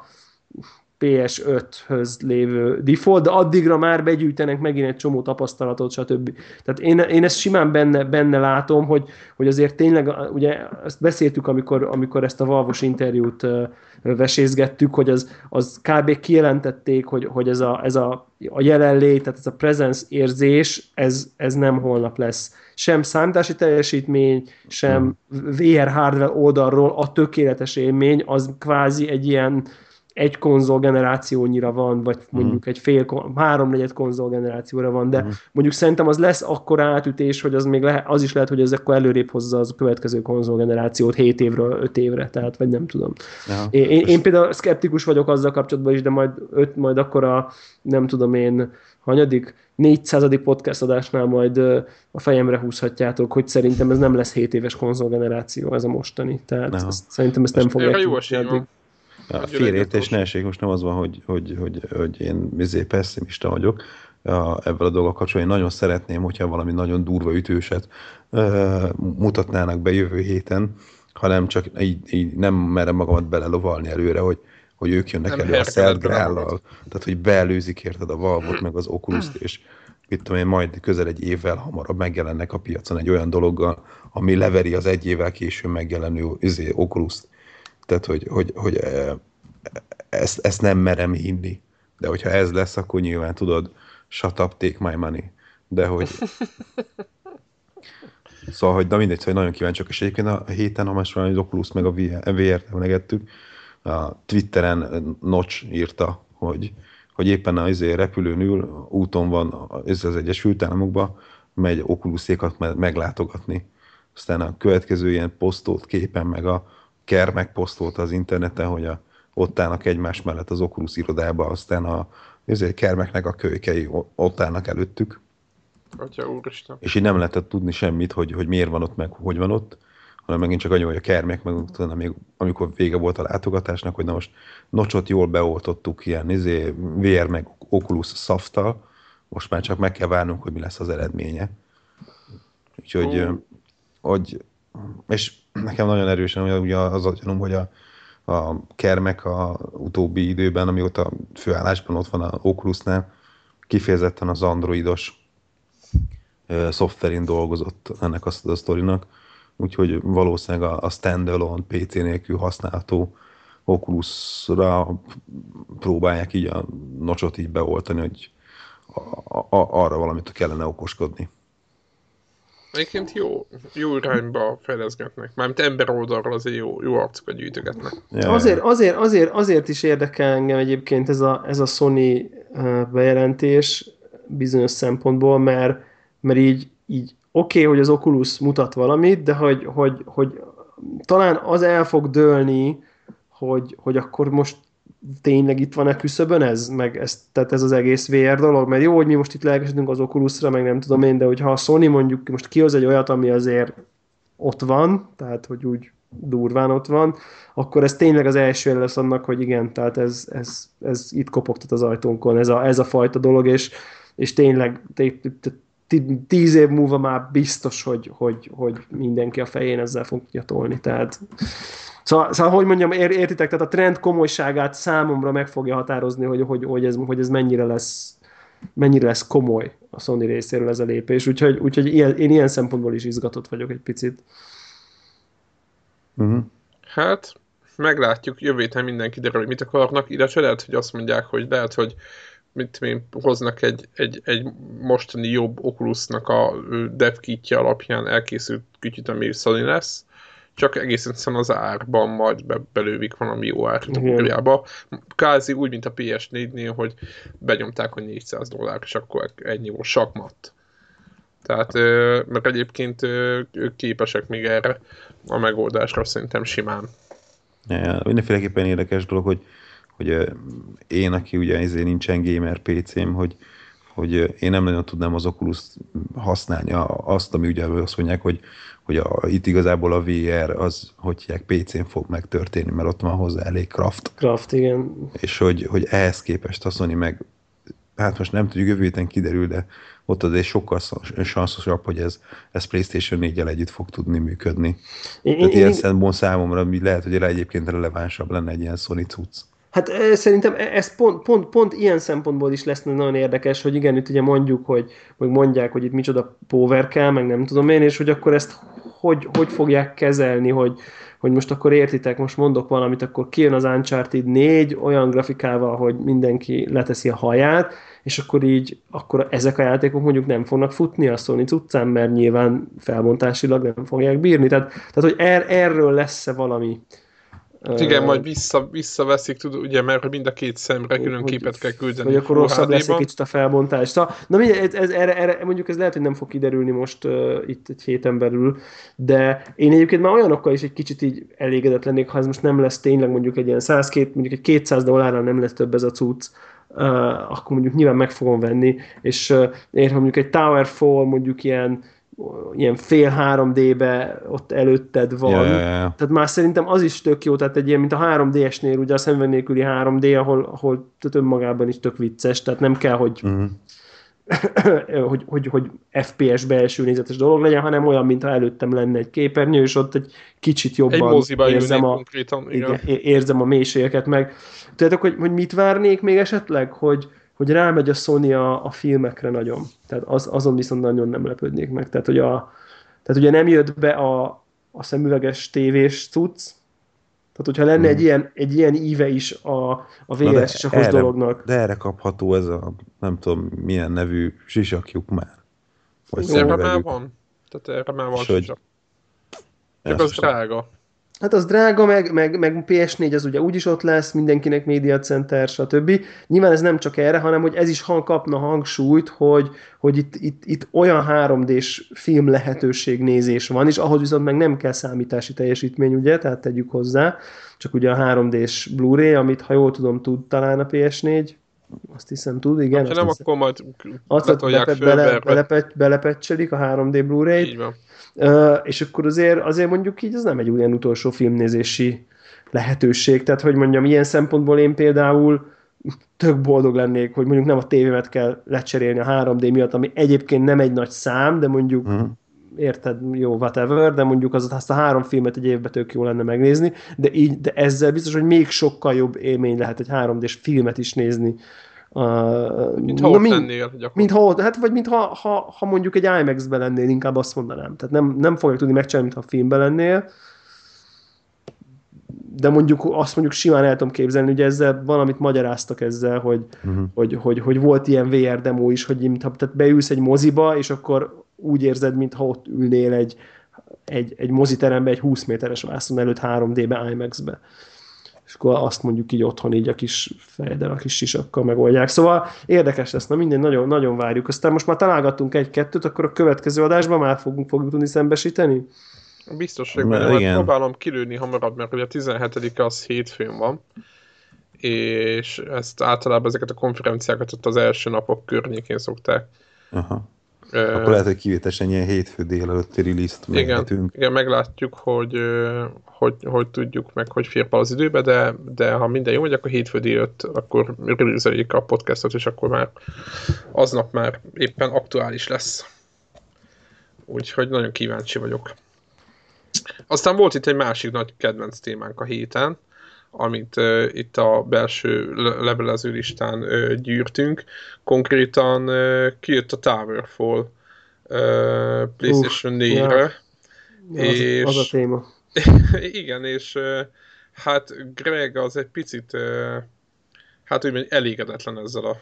PS5-höz lévő default, de addigra már begyűjtenek megint egy csomó tapasztalatot, stb. Tehát én ezt simán benne látom, hogy azért tényleg, ugye ezt beszéltük, amikor ezt a Valve-os interjút vesézgettük, hogy az kb. Kijelentették, hogy ez a jelenlét, tehát ez a presence érzés, ez nem holnap lesz. Sem számítási teljesítmény, sem VR hardware oldalról a tökéletes élmény, az kvázi egy ilyen egy konzol generációnyira van, vagy mondjuk egy háromnegyed konzol generációra van, de mondjuk szerintem az lesz akkora átütés, hogy az is lehet, hogy ez akkor előrébb hozza az a következő konzol generációt 7 évről 5 évre, tehát vagy nem tudom. Én például szkeptikus vagyok azzal kapcsolatban is, de majd akkor a nem tudom én hanyadik 400. podcast adásnál majd a fejemre húzhatjátok, hogy szerintem ez nem lesz 7 éves konzol generáció, ez a mostani. Tehát szerintem ezt nem fogják tudni. A félreértés ne essék, most nem az van, hogy én pessimista vagyok ebben a dolgok kapcsolatban. Én nagyon szeretném, hogyha valami nagyon durva ütőset mutatnának be jövő héten, hanem csak így nem merem magamat belelovalni előre, hogy ők jönnek elő a Szent Grállal. Tehát, hogy beelőzik érted a Valve-ot, meg az Oculus-t, és mit tudom én, majd közel egy évvel hamarabb megjelennek a piacon egy olyan dologgal, ami leveri az egy évvel később megjelenő Oculus-t. Tehát, hogy ezt nem merem hinni. De hogyha ez lesz, akkor nyilván tudod, shut up, take my money. De hogy... Szóval, hogy na mindegy, szóval nagyon kíváncsiak, és egyébként a héten, ha most valami az Oculus meg a VR-t emlegettük, a Twitteren Notch írta, hogy éppen az repülőn ül, úton van ez az Egyesült Államokba, megy Oculusékat meglátogatni. Aztán a következő ilyen posztolt képen, meg a Kermek posztolta az interneten, hogy ott állnak egymás mellett az Oculus irodába, aztán ezért Kermeknek a kölykei ott állnak előttük. Atya úristen. És így nem lehetett tudni semmit, hogy miért van ott, meg hogy van ott, hanem megint csak annyi, hogy a Kermek, meg utána még amikor vége volt a látogatásnak, hogy na most Nocsot jól beoltottuk ilyen VR meg Oculus Soft-tal, most már csak meg kell várnunk, hogy mi lesz az eredménye. Úgyhogy, és nekem nagyon erősen ugye az a gyanúm, hogy a Kermek a utóbbi időben, amióta főállásban ott van a Oculusnál, kifejezetten az androidos szoftverén dolgozott ennek a sztorinak, úgyhogy valószínűleg a standalone PC nélkül használható Oculusra próbálják így a Notchot így beoltani, hogy arra valamit kellene okoskodni. Egyébként jó irányba fejleszgetnek. Mármint ember oldalról azért jó arcokat gyűjtögetnek. Ja. Azért is érdekel engem egyébként ez a Sony bejelentés bizonyos szempontból, mert így oké, hogy az Oculus mutat valamit, de hogy talán az el fog dőlni, hogy akkor most tényleg itt van-e küszöbön ez, tehát ez az egész VR dolog, mert jó, hogy mi most itt lelkesedünk az Oculusra, meg nem tudom én, de hogyha a Sony mondjuk most kihoz egy olyat, ami azért ott van, tehát hogy úgy durván ott van, akkor ez tényleg az első lesz annak, hogy igen, tehát ez itt kopogtat az ajtónkon, ez a fajta dolog, és tényleg 10 év múlva már biztos, hogy mindenki a fején ezzel fogja tolni, tehát Szóval, hogy mondjam, értitek, tehát a trend komolyságát számomra meg fogja határozni, hogy ez mennyire lesz komoly a Sony részéről ez a lépés. Úgyhogy én ilyen szempontból is izgatott vagyok egy picit. Uh-huh. Hát, meglátjuk, jövő héten minden kiderül, hogy mit akarnak. Illetve lehet, hogy azt mondják, hogy lehet, hogy hoznak egy mostani jobb Oculusnak a dev kitje alapján elkészült kütyüt, ami Sony lesz. Csak egészen egyszerűen az árban majd belővik valami jó árkategóriába. Kázi úgy, mint a PS4-nél, hogy benyomták, hogy $400, és akkor ennyi volt sakmat. Tehát, mert egyébként ők képesek még erre a megoldásra szerintem simán. Ja, mindenféleképpen érdekes dolog, hogy én, aki ugye ezért nincsen gamer PC-m, hogy én nem nagyon tudnám az Oculus használni azt, ami ugye azt mondják, hogy itt igazából a VR az, hogy hívják, PC-n fog megtörténni, mert ott van hozzá elég craft. Craft, igen. És hogy ehhez képest azt mondani meg, hát most nem tudjuk, jövő héten kiderül, de ott azért sokkal sanszosabb, hogy ez PlayStation 4-jel együtt fog tudni működni. Tehát ilyen szempontból számomra lehet, hogy egyébként relevánsabb lenne egy ilyen Sony cucc. Hát szerintem ez pont ilyen szempontból is lesz nagyon érdekes, hogy igen, itt ugye mondják, hogy itt micsoda power kell, meg nem tudom én, és hogy akkor ezt hogy fogják kezelni, hogy most akkor értitek, most mondok valamit, akkor kijön az Uncharted 4 olyan grafikával, hogy mindenki leteszi a haját, és akkor ezek a játékok mondjuk nem fognak futni a Sony cuccán, mert nyilván felbontásilag nem fogják bírni. Tehát hogy erről lesz-e valami. Igen, majd visszaveszik, ugye, mert mind a két szemre külön képet kell küldeni. Vagy akkor rosszabb lesz egy kicsit a felbontás. Szóval, na mindegy, erre mondjuk ez lehet, hogy nem fog kiderülni most itt egy héten belül, de én egyébként már olyanokkal is egy kicsit így elégedett lennék, ha ez most nem lesz tényleg mondjuk egy ilyen mondjuk egy $200 nem lesz több ez a cucc, akkor mondjuk nyilván meg fogom venni, és mondjuk egy Towerfall mondjuk ilyen fél 3D-be ott előtted van. Yeah. Tehát már szerintem az is tök jó, tehát egy ilyen, mint a 3D-esnél, ugye a szemüveg nélküli 3D, ahol önmagában is tök vicces, tehát nem kell, hogy hogy FPS belső nézetes dolog legyen, hanem olyan, mintha előttem lenne egy képernyő, és ott egy kicsit jobban érzem a mélységeket meg. Tudjátok, hogy mit várnék még esetleg? Hogy rámegy a Sony a filmekre nagyon. Tehát azon viszont nagyon nem lepődnék meg. Tehát ugye nem jött be a szemüveges tévés cucc, tehát hogyha lenne egy ilyen íve is a VHS és a HOS dolognak. De erre kapható ez a nem tudom milyen nevű sisakjuk már. Vagy már van. Tehát erre már van És hogy- sisa. Csak az drága. Hát az drága, meg PS4 az ugye úgyis ott lesz, mindenkinek Media Center, stb. Nyilván ez nem csak erre, hanem hogy ez is kapna hangsúlyt, hogy itt olyan 3D-s film lehetőség nézés van, és ahhoz viszont meg nem kell számítási teljesítmény, ugye, tehát tegyük hozzá, csak ugye a 3D-s Blu-ray, amit ha jól tudom, tud talán a PS4, azt hiszem tud, igen. Ha nem, akkor majd azt letolják föl, belepecselik a 3D Blu-ray-t, így van. és akkor azért mondjuk így ez nem egy olyan utolsó filmnézési lehetőség. Tehát, hogy mondjam, ilyen szempontból én például tök boldog lennék, hogy mondjuk nem a tévémet kell lecserélni a 3D miatt, ami egyébként nem egy nagy szám, de mondjuk érted, jó, whatever, de mondjuk azt a 3 filmet egy évben tök jó lenne megnézni, de ezzel biztos, hogy még sokkal jobb élmény lehet egy 3D-s filmet is nézni. Mintha ott lennél gyakorlatilag. Vagy mintha mondjuk egy IMAX-ben lennél, inkább azt mondanám. Tehát nem fogják tudni megcsinálni, mintha a filmben lennél, de azt mondjuk simán el tudom képzelni, hogy ezzel valamit magyaráztak ezzel, hogy volt ilyen VR demo is, hogy mintha tehát beülsz egy moziba, és akkor úgy érzed, mintha ott ülnél egy moziterembe, egy 20 méteres vászon előtt 3D-be, IMAX-be. És akkor azt mondjuk így otthon így a kis fejeddel, a kis sisakkal megoldják. Szóval érdekes lesz, na minden, nagyon, nagyon várjuk. Aztán most már találgattunk 1-2-t, akkor a következő adásban már fogjuk tudni szembesíteni? Biztos, hogy majd próbálom kilőni hamarabb, mert ugye a 17-e az hétfőn van, és ezt általában ezeket a konferenciákat ott az első napok környékén szokták. Aha. Akkor lehet, hogy kivételesen ilyen hétfő délelőtti release-t meghetünk. Igen, meglátjuk, hogy tudjuk meg, hogy fér be az időbe, de ha minden jó, akkor hétfő délőtt akkor release-eljük a podcastot, és akkor már aznap már éppen aktuális lesz. Úgyhogy nagyon kíváncsi vagyok. Aztán volt itt egy másik nagy kedvenc témánk a héten, amit itt a belső levelező listán gyűrtünk. Konkrétan kijött a Towerfall PlayStation 4-re. És... Az a téma. Igen, és hát Greg az egy picit hát úgy mondjuk elégedetlen ezzel a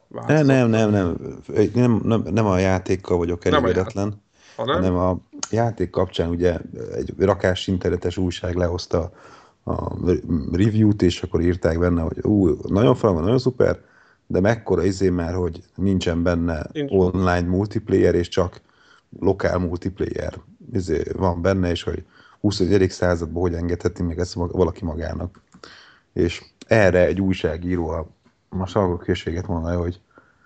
változattal. Nem a játékkal vagyok elégedetlen, hanem a játék kapcsán ugye egy rakás internetes újság lehozta a review-t, és akkor írták benne, hogy nagyon falva, nagyon szuper, de mekkora már, hogy nincsen benne online multiplayer, és csak lokál multiplayer van benne, és hogy 21. században hogy engedheti meg ezt valaki magának. És erre egy újságíró a salgókészséget mondja, hogy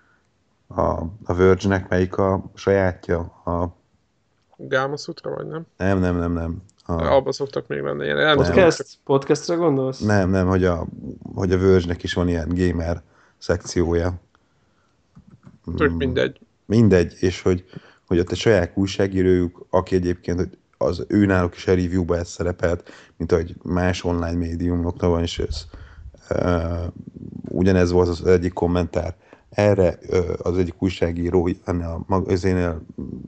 a Verge-nek melyik a sajátja? A Gamma Sutra, vagy nem? Nem. Abba szoktak még lenni ilyen. Podcastra gondolsz? Nem, hogy a Verge-nek is van ilyen gamer szekciója. Tök mindegy. Mindegy, és hogy ott egy saját újságírójuk, aki egyébként hogy az őnáluk is a review-ba ez szerepelt, mint ahogy más online médiumoknak van, és ez, ugyanez volt az egyik kommentár. Erre az egyik újságíró ezénél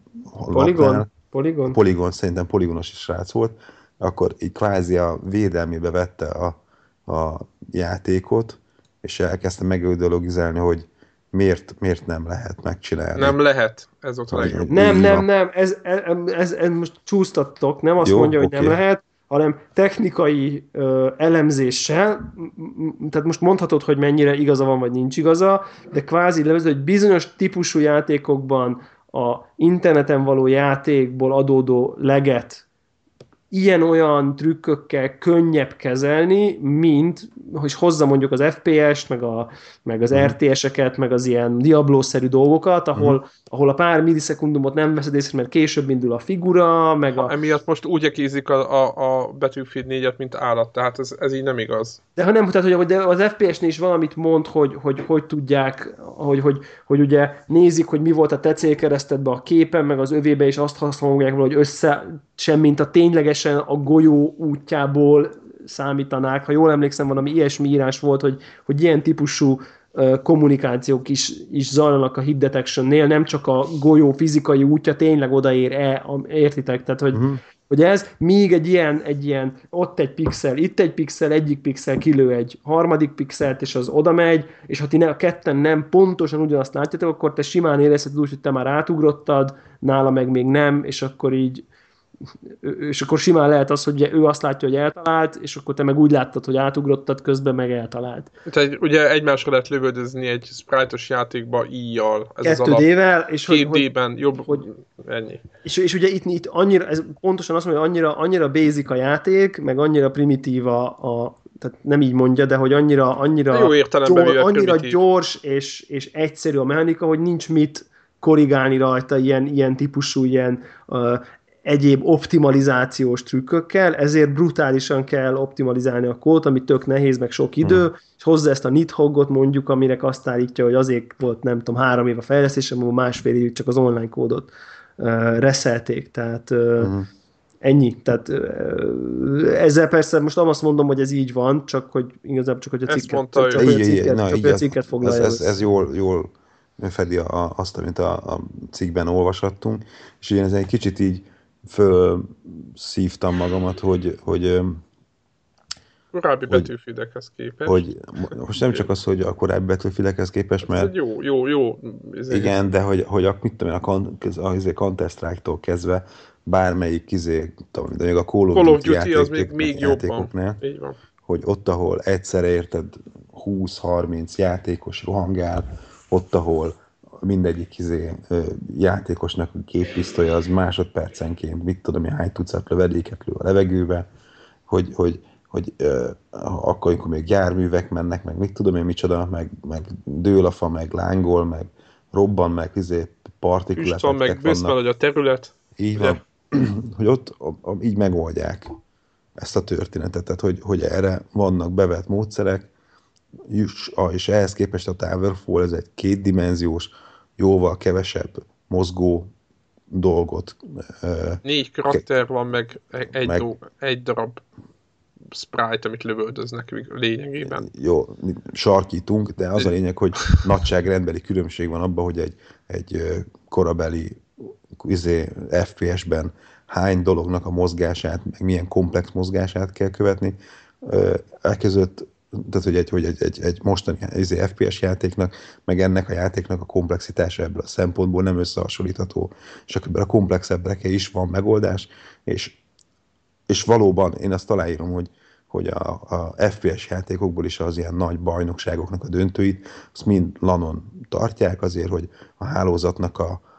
Polygon, szerintem Polygonos is srác volt, akkor így kvázi a védelmébe vette a játékot, és elkezdte megöldologizálni, hogy miért nem lehet megcsinálni. Nem lehet, ez ott a legjobb. Nem, ez most csúsztattok, nem azt mondja, hogy nem lehet, hanem technikai elemzéssel, tehát most mondhatod, hogy mennyire igaza van, vagy nincs igaza, de kvázi levező, hogy bizonyos típusú játékokban a interneten való játékból adódó leget ilyen-olyan trükkökkel könnyebb kezelni, mint hogy hozza mondjuk az FPS-t, meg az RTS-eket, meg az ilyen Diablo-szerű dolgokat, ahol a pár millisekundumot nem veszed észre, mert később indul a figura, meg emiatt most úgy ekézik a Battlefield 4-et, mint állat, tehát ez így nem igaz. De ha nem, tehát hogy az FPS-nél is valamit mond, hogy tudják, hogy ugye nézik, hogy mi volt a te célkeresztedben a képen, meg az övébe, és azt használják valahogy össze, semmint a ténylegesen a golyó útjából számítanák. Ha jól emlékszem, valami ilyesmi írás volt, hogy ilyen típusú kommunikációk is zajlanak a hit detection-nél, nem csak a golyó fizikai útja tényleg odaér-e, értitek? Tehát, hogy hogy ez még egy ilyen, ott egy pixel, itt egy pixel, egyik pixel kilő egy harmadik pixelt, és az oda megy, és ha ti a ketten nem pontosan ugyanazt látjátok, akkor te simán érezheted úgy, hogy te már átugrottad, nála meg még nem, és akkor így és akkor simán lehet az, hogy ő azt látja, hogy eltalált, és akkor te meg úgy láttad, hogy átugrottad, közben meg eltalált. Tehát ugye egymásra lehet lövöldözni egy sprite-os játékba íjjal. Ez 2D-vel, és 2D-ben jobb, hogy ennyi. És ugye itt annyira, ez pontosan azt mondja, hogy annyira basic a játék, meg annyira primitív tehát nem így mondja, de hogy annyira gyors és egyszerű a mechanika, hogy nincs mit korrigálni rajta ilyen típusú, egyéb optimalizációs trükkökkel, ezért brutálisan kell optimalizálni a kódot, ami tök nehéz, meg sok idő, és hozzá ezt a Nidhoggot mondjuk, aminek azt állítja, hogy azért volt, nem tudom, 3 év a fejlesztés, amikor másfél évig csak az online kódot reszelték, tehát ennyi. Tehát ezzel persze most azt mondom, hogy ez így van, csak hogy igazából csak hogy a cikket foglalja. Ez jól fedi azt, amit a cikkben olvashattunk, és én ezen egy kicsit így fölszívtam magamat, hogy korábbi Battlefieldekhez képest. Hogy most nem csak az, hogy a korábbi Battlefieldekhez képest, mert... Ez jó. Igen, de hogy mit tudom én, a Counter-Strike-tól kezdve bármelyik de még a Call of Duty az még jobban. Hogy ott, ahol egyszerre érted 20-30 játékos rohangál, ott, ahol mindegyik játékosnak géppisztolya az másodpercenként, mit tudom én, hány tucat lövedéket lő a levegőbe, hogy akkor, amikor még járművek mennek, meg mit tudom én micsoda, meg dől a fa, meg lángol, meg robban, meg partikulák. Üstan, meg beszmegy a terület. Így van, hogy ott így megoldják ezt a történetet, tehát hogy erre vannak bevett módszerek, és ehhez képest a Towerfall ez egy kétdimenziós, jóval kevesebb mozgó dolgot. 4 karakter van, meg egy darab sprite, amit lövöldöznek lényegében. Jó, sarkítunk, de az a lényeg, hogy nagyságrendbeli különbség van abban, hogy egy korabeli FPS-ben hány dolognak a mozgását, meg milyen komplex mozgását kell követni. Elkezdett, tehát hogy egy mostani FPS játéknak, meg ennek a játéknak a komplexitása ebből a szempontból nem összehasonlítható. És akkor a komplexebbre is van megoldás, és valóban én azt aláírom, hogy a FPS játékokból is az ilyen nagy bajnokságoknak a döntőit, azt mind LAN-on tartják azért, hogy a hálózatnak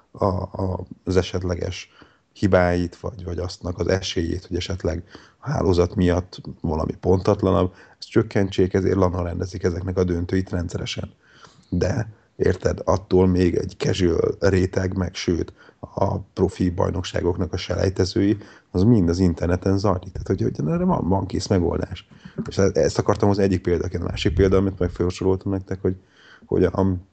az esetleges hibáit, vagy aztnak az esélyét, hogy esetleg a hálózat miatt valami pontatlanabb, ezt csökkentsék, ezért LAN-on rendezik ezeknek a döntőit rendszeresen. De érted, attól még egy casual réteg, meg sőt, a profi bajnokságoknak a selejtezői, az mind az interneten zajlik. Tehát, hogy erre van kész megoldás. És ezt akartam az egyik példaként. A másik példa, amit megfelsoroltam nektek, hogy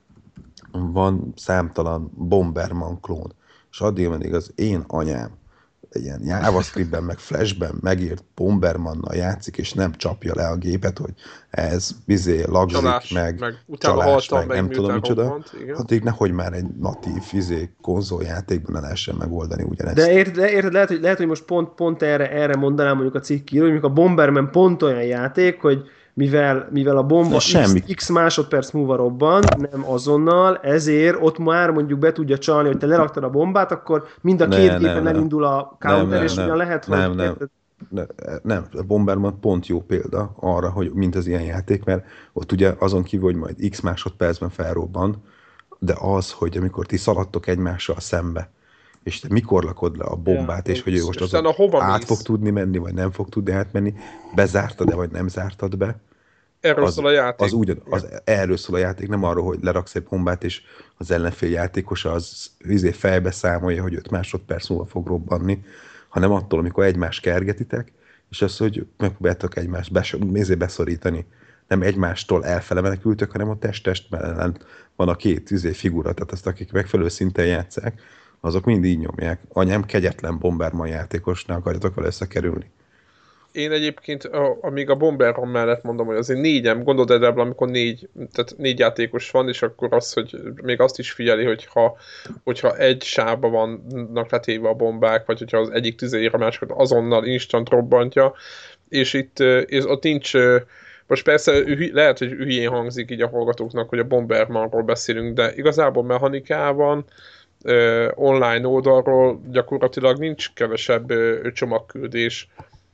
van számtalan Bomberman klón, és addig az én anyám egy ilyen JavaScriptben, meg Flashben megírt Bombermannal játszik, és nem csapja le a gépet, hogy ez lagzik, meg csalás, meg nem tudom micsoda, addig nehogy már egy natív konzoljátékban ne lehessen megoldani ugyanezt. De érted, lehet, hogy most pont erre mondanám mondjuk a cikk író, hogy mondjuk a Bomberman pont olyan játék, hogy mivel a bomba x másodperc múlva robban, nem azonnal, ezért ott már mondjuk be tudja csalni, hogy te leraktad a bombát, akkor mind a két gépen elindul a counter, és ugyan lehet, hogy... Nem, a Bomberman pont jó példa arra, hogy mint az ilyen játék, mert ott ugye azon kívül, hogy majd x másodpercben felrobban, de az, hogy amikor ti szaladtok egymással szembe, és te mikor lakod le a bombát, és hogy ő most azon át fog tudni menni, vagy nem fog tudni átmenni, bezártad-e, vagy nem zártad be. Erről szól a játék. Erről szól a játék, nem arról, hogy leraksz egy bombát, és az ellenfél játékos az fejbe számolja, hogy 5 másodperc múlva fog robbanni, hanem attól, amikor egymást kergetitek, és az, hogy megpróbáltok egymást beszorítani. Nem egymástól elfele menekültök, hanem a test mellett van a két figura, tehát azt, akik megfelelő szinten játsszák, azok mind így nyomják. Anyám kegyetlen Bomberman játékos, ne akarjatok vele összekerülni. Én egyébként, amíg a Bomberman mellett mondom, hogy azért négyem, gondold el, amikor tehát négy játékos van, és akkor az, hogy még azt is figyeli, hogyha egy sávba vannak letéve a bombák, vagy hogyha az egyik tüzér a másikat azonnal instant robbantja, és és ott nincs, most persze lehet, hogy hülyén hangzik így a hallgatóknak, hogy a Bombermanról beszélünk, de igazából mechanikában, online oldalról gyakorlatilag nincs kevesebb csomagküldés,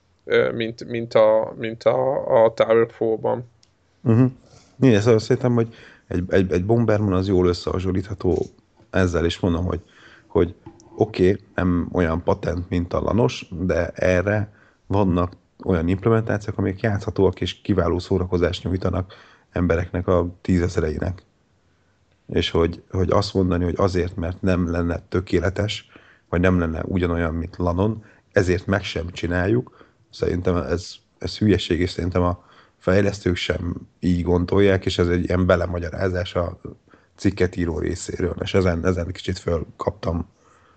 mint a Towerfall-ban. Igen, szóval szerintem, hogy egy Bomberman az jól összehasonlítható ezzel, is mondom, hogy oké, nem olyan patent, mint a Lanos, de erre vannak olyan implementációk, amik játszhatóak és kiváló szórakozást nyújtanak embereknek a 10 000-einek. És hogy azt mondani, hogy azért, mert nem lenne tökéletes, vagy nem lenne ugyanolyan, mint Lanon, ezért meg sem csináljuk. Szerintem ez hülyeség, és szerintem a fejlesztők sem így gondolják, és ez egy ilyen belemagyarázás a cikket író részéről, és ezen kicsit fölkaptam.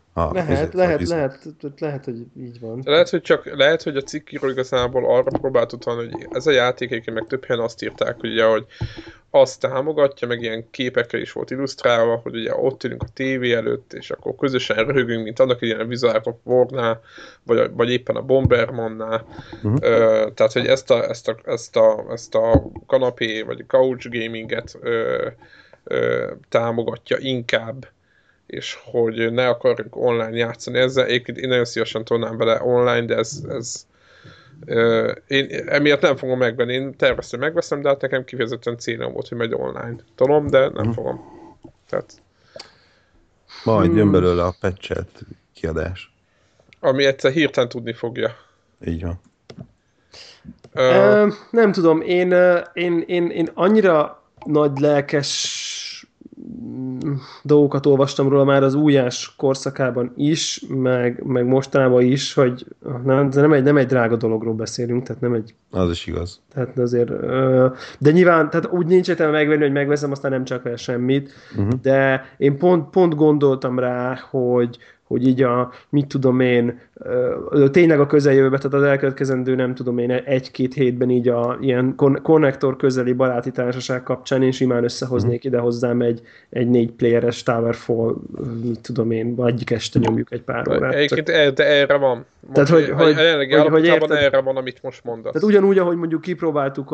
Lehet, hogy így van. Lehet, hogy a cikkíró igazából arra próbált utalni, hogy ez a játék, egyébként meg több helyen azt írták, hogy ugye, hogy azt támogatja, meg ilyen képekkel is volt illusztrálva, hogy ugye ott ülünk a tévé előtt, és akkor közösen röhögünk, mint annak ilyen Wizard of War-nál, vagy éppen a Bombermannál. Tehát, hogy ezt a kanapé, vagy a couch gaminget támogatja inkább, és hogy ne akarjuk online játszani ezzel. Én nagyon szívesen tolnám bele online, de én emiatt nem fogom megvenni. Én terveztem, megveszem, de hát nekem kifejezetten célom volt, hogy megy online. Tudom, de nem fogom. Tehát... Majd jön belőle a patch-et kiadás. Ami egyszer hirtelen tudni fogja. Így van. Nem tudom, én annyira nagy lelkes dolgokat olvastam róla már az újás korszakában is, meg mostanában is, hogy nem egy drága dologról beszélünk, tehát nem egy... Az is igaz. Tehát azért... De nyilván, tehát úgy nincs értelme megvenni, hogy megveszem, aztán nem csak el semmit, de én pont gondoltam rá, hogy így mit tudom én, tényleg a közeljövőben, tehát az elkövetkezendő, nem tudom én, 1-2 hétben így ilyen konnektor közeli baráti társaság kapcsán én simán összehoznék ide hozzám egy 4 playeres Towerfall, mit tudom én, egyik este nyomjuk egy pár órát. Egyébként de erre van. Tehát, hogy érted, erre van, amit most mondasz. Tehát ugyanúgy, ahogy mondjuk kipróbáltuk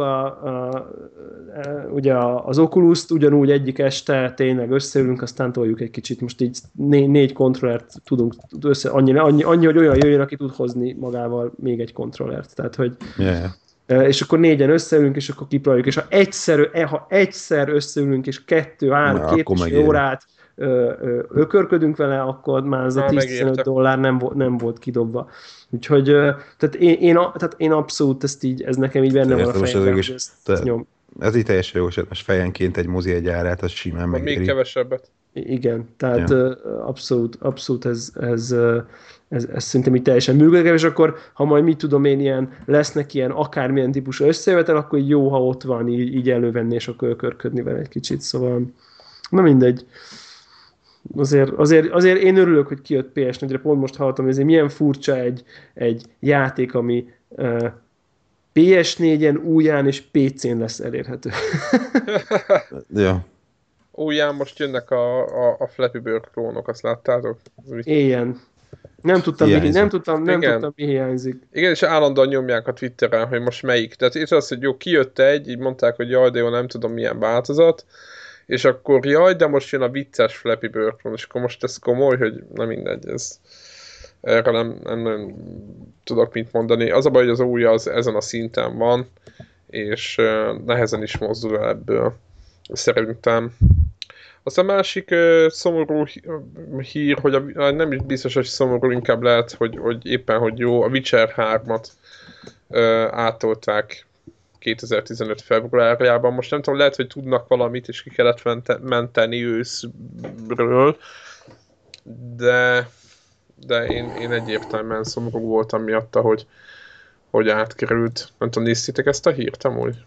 ugye az Oculus-t, ugyanúgy egyik este tényleg összeülünk, aztán toljuk egy kicsit. Most így 4 kontrollert tudunk össze, annyi, hogy olyan jöjjön, aki tud hozni magával még egy kontrollert. Tehát, hogy és akkor 4-en összeülünk, és akkor kipróbáljuk, és ha egyszer összeülünk, és 2-3-2 órát ökörködünk vele, akkor már az a $10-15 nem volt kidobva. Úgyhogy tehát én abszolút ez nekem így benne van a fejemben. Ez így teljesen jó, most fejenként egy mozi egy árát, az simán megéri. Még kevesebbet. Igen, tehát abszolút ez szerintem így teljesen működik, és akkor, ha majd mit tudom én, lesznek ilyen akármilyen típusú összejövetel, akkor jó, ha ott van, így elővenni, és akkor ökörködni vele egy kicsit, szóval na mindegy. Azért én örülök, hogy kijött PS4-re, pont most hallottam, hogy ezért milyen furcsa egy játék, ami PS4-en, újján és PC-n lesz elérhető. Ja. Újján most jönnek a Flappy Bird klónok, azt láttátok? Éljen. Nem tudtam, mi hiányzik. Igen, és állandóan nyomják a Twitteren, hogy most melyik. Tehát itt az, hogy jó, kijött egy, így mondták, hogy jaj, de jó, nem tudom milyen változat, és akkor jaj, de most jön a vicces Flappy Bird klón, és akkor most ez komoly, hogy na mindegy, erre nem tudok mit mondani. Az a baj, hogy az új az ezen a szinten van, és nehezen is mozdul el ebből. Szerintem. Aztán a másik szomorú hír, hogy nem is biztos, hogy szomorú, inkább lehet, hogy éppen, hogy jó, a Witcher 3-at átolták 2015 februárjában. Most nem tudom, lehet, hogy tudnak valamit, és ki kellett menteni őszről, de én egyértelműen szomorú voltam miatta, hogy átkerült. Nem tudom, néztétek ezt a hírt amúgy?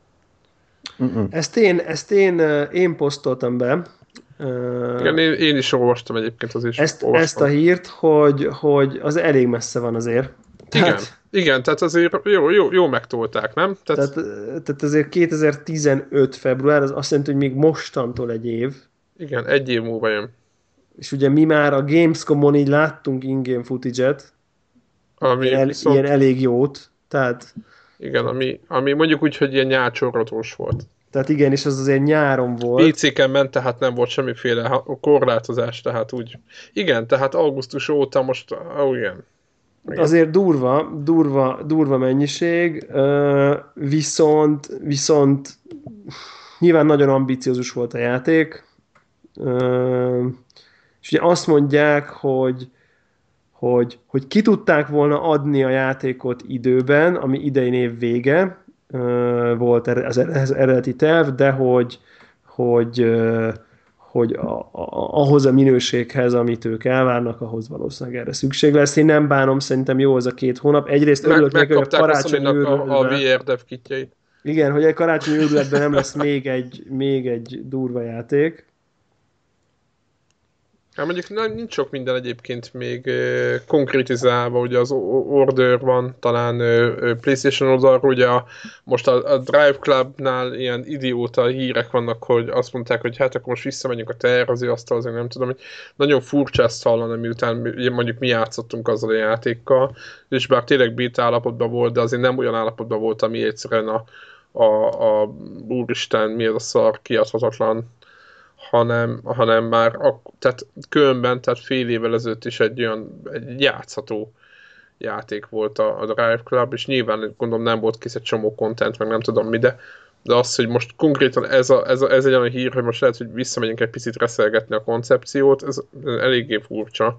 Ezt én posztoltam be. Igen, én is olvastam egyébként az is. Ezt a hírt, hogy az elég messze van azért. Igen. Igen, tehát azért jó megtolták, nem? Tehát azért 2015 február, az azt jelenti, hogy még mostantól egy év. Igen, egy év múlva jön. És ugye mi már a Gamescom-on így láttunk in-game footage-et, Ami viszont, ilyen elég jót, tehát... Igen, ami mondjuk úgy, hogy ilyen nyálcsorgatós volt. Tehát igen, és az azért nyáron volt. PC-ken ment, tehát nem volt semmiféle korlátozás, tehát úgy. Igen, tehát augusztus óta most, igen. Azért durva mennyiség, viszont nyilván nagyon ambiciózus volt a játék, és ugye azt mondják, hogy ki tudták volna adni a játékot időben, ami idei év vége, volt az eredeti terv, de hogy ahhoz a minőséghez, amit ők elvárnak, ahhoz valószínűleg erre szükség lesz. Én nem bánom, szerintem jó az a 2 hónap. Egyrészt örülök neki, hogy a karácsonyi a VR dev kitjeit. Igen, hogy egy karácsonyi őrületben nem lesz még egy durva játék. Hát mondjuk nincs sok minden egyébként még konkrétizálva, ugye az Order van, talán PlayStation oldalról, ugye most a Drive Clubnál ilyen idióta hírek vannak, hogy azt mondták, hogy hát akkor most visszamegyünk a tervezőasztalhoz, nem tudom, hogy nagyon furcsa ezt hallani, miután mondjuk mi játszottunk azzal a játékkal, és bár tényleg beta állapotban volt, de azért nem olyan állapotban volt, ami egyszerűen a úristen, mi az a szar, kiadhatatlan, hanem már tehát különben, tehát fél évvel ezelőtt is egy játszható játék volt a Drive Club, és nyilván gondolom nem volt kész egy csomó content, meg nem tudom mi, de az, hogy most konkrétan ez egy olyan hír, hogy most lehet, hogy visszamegyünk egy picit reszelgetni a koncepciót, ez eléggé furcsa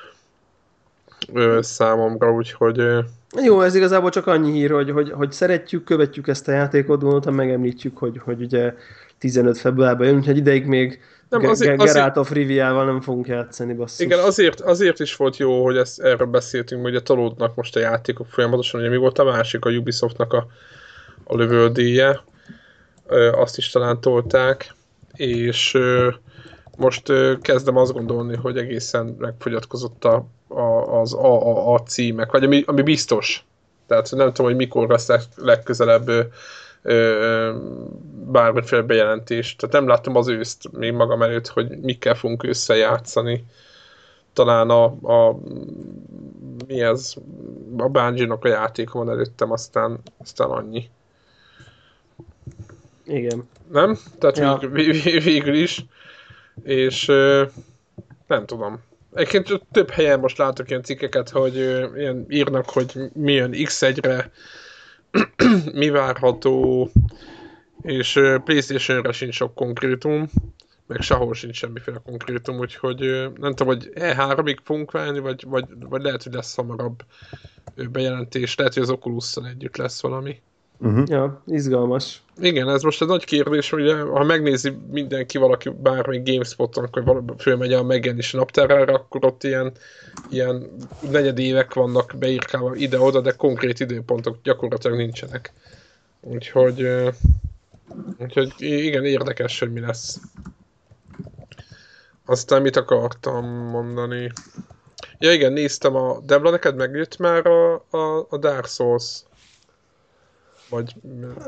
számomra, úgyhogy... Jó, ez igazából csak annyi hír, hogy szeretjük, követjük ezt a játékot, gondoltam, megemlítjük, hogy ugye 15 februárban jön, úgyhogy ideig még Geralt of Riviával nem fogunk játszani, basszus. Igen, azért is volt jó, hogy erről beszéltünk, hogy tolódnak most a játékok folyamatosan, ugye mi volt a másik, a Ubisoftnak a lövöldéje, azt is talán tolták, és most kezdem azt gondolni, hogy egészen megfogyatkozott az a címek, vagy ami biztos. Tehát nem tudom, hogy mikor lesz legközelebb bármiféle bejelentés. Tehát nem láttam az őszt még magam előtt, hogy mikkel fogunk ősszel játszani. Talán mi ez? A Bungie-nak a játéka van előttem, aztán annyi. Igen. Nem? Tehát ja. Végül is. És nem tudom. Egyébként több helyen most látok ilyen cikkeket, hogy ilyen írnak, hogy milyen X1-re mi várható, és PlayStation-re sincs sok konkrétum, meg sehol sincs semmiféle konkrétum, úgyhogy nem tudom, hogy E3-ig fogunk várni, vagy lehet, hogy lesz hamarabb bejelentés, lehet, hogy az Oculus-szal együtt lesz valami. Ja, izgalmas. Igen, ez most egy nagy kérdés, ugye, ha megnézi mindenki, valaki bármi GameSpot-on, akkor fölmegy a megjelenési naptárára, akkor ott ilyen negyedévek vannak beírkálva ide-oda, de konkrét időpontok gyakorlatilag nincsenek. Úgyhogy igen, érdekes, hogy mi lesz. Aztán mit akartam mondani? Ja igen, néztem Debla, neked megjött már a Dark Souls? Vagy...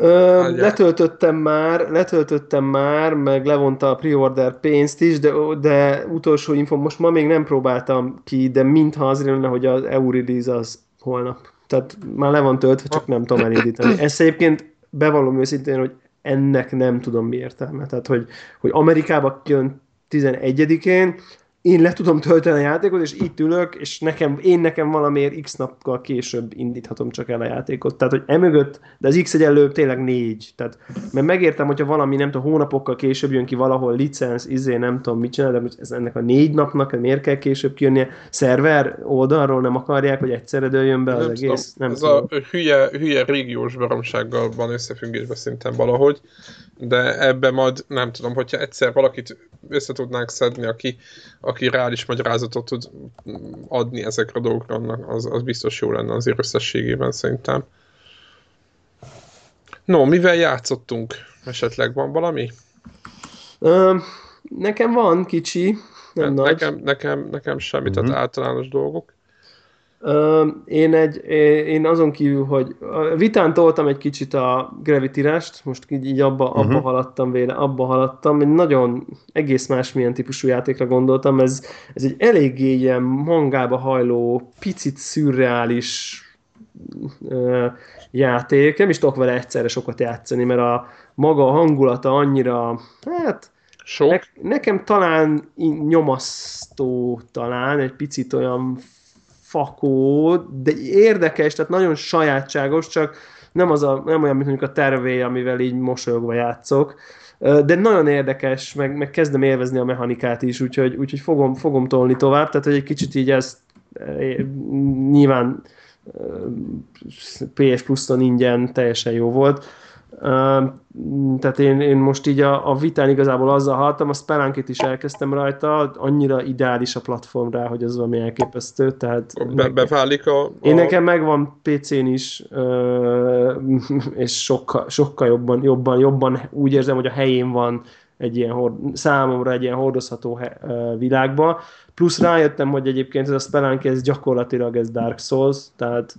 letöltöttem már, meg levonta a pre-order pénzt is, de utolsó info, most ma még nem próbáltam ki, de mintha az lenne, hogy az EU release az holnap. Tehát már le van töltve, csak nem tudom elindítani. Ezt egyébként bevallom őszintén, hogy ennek nem tudom mi értelme. Tehát, hogy Amerikába jön 11-én, én le tudom tölteni a játékot, és itt ülök, és nekem valamiért x nappal később indíthatom csak el a játékot. Tehát, hogy emögött, de az X egyenlő tényleg 4. Tehát, mert megértem, hogyha valami, nem tudom, hónapokkal később jön ki valahol licensz, nem tudom mit csinál, de ennek a 4 napnak miért kell később kijönnie? Szerver oldalról nem akarják, hogy egyszerre dőljön be az nem egész? Nem ez tudom. A hülye régiós baromsággal van összefüggésben szinten valahogy, de ebben majd nem tudom, hogyha egyszer valakit össze tudnánk szedni, aki reális magyarázatot tud adni ezekre a dolgokra, az biztos jó lenne azért összességében szerintem. No, mivel játszottunk? Esetleg van valami? Nekem van kicsi, nem nagy. Nekem semmi, tehát általános dolgok. Én azon kívül, hogy vitán toltam egy kicsit a Gravity-rest, most így abba haladtam, egy nagyon egész másmilyen típusú játékra gondoltam, ez egy eléggé ilyen mangába hajló, picit szürreális játék, nem is tudok vele egyszerre sokat játszani, mert a maga a hangulata annyira, hát nekem talán nyomasztó, talán egy picit olyan fakó, de érdekes, tehát nagyon sajátságos, csak nem olyan, mint mondjuk a tervé, amivel így mosolyogva játszok, de nagyon érdekes, meg kezdem élvezni a mechanikát is, úgyhogy fogom tolni tovább, tehát hogy egy kicsit így ez nyilván PS Plus-on ingyen teljesen jó volt. Tehát én most így a vitán igazából azzal haltam, a Spelunkit is elkezdtem rajta, annyira ideális a platform rá, hogy az valami elképesztő, tehát beválik én nekem megvan PC-n is, és sokkal jobban úgy érzem, hogy a helyén van számomra egy ilyen hordozható világba. Plusz rájöttem, hogy egyébként ez a Spelunk, ez gyakorlatilag ez Dark Souls, tehát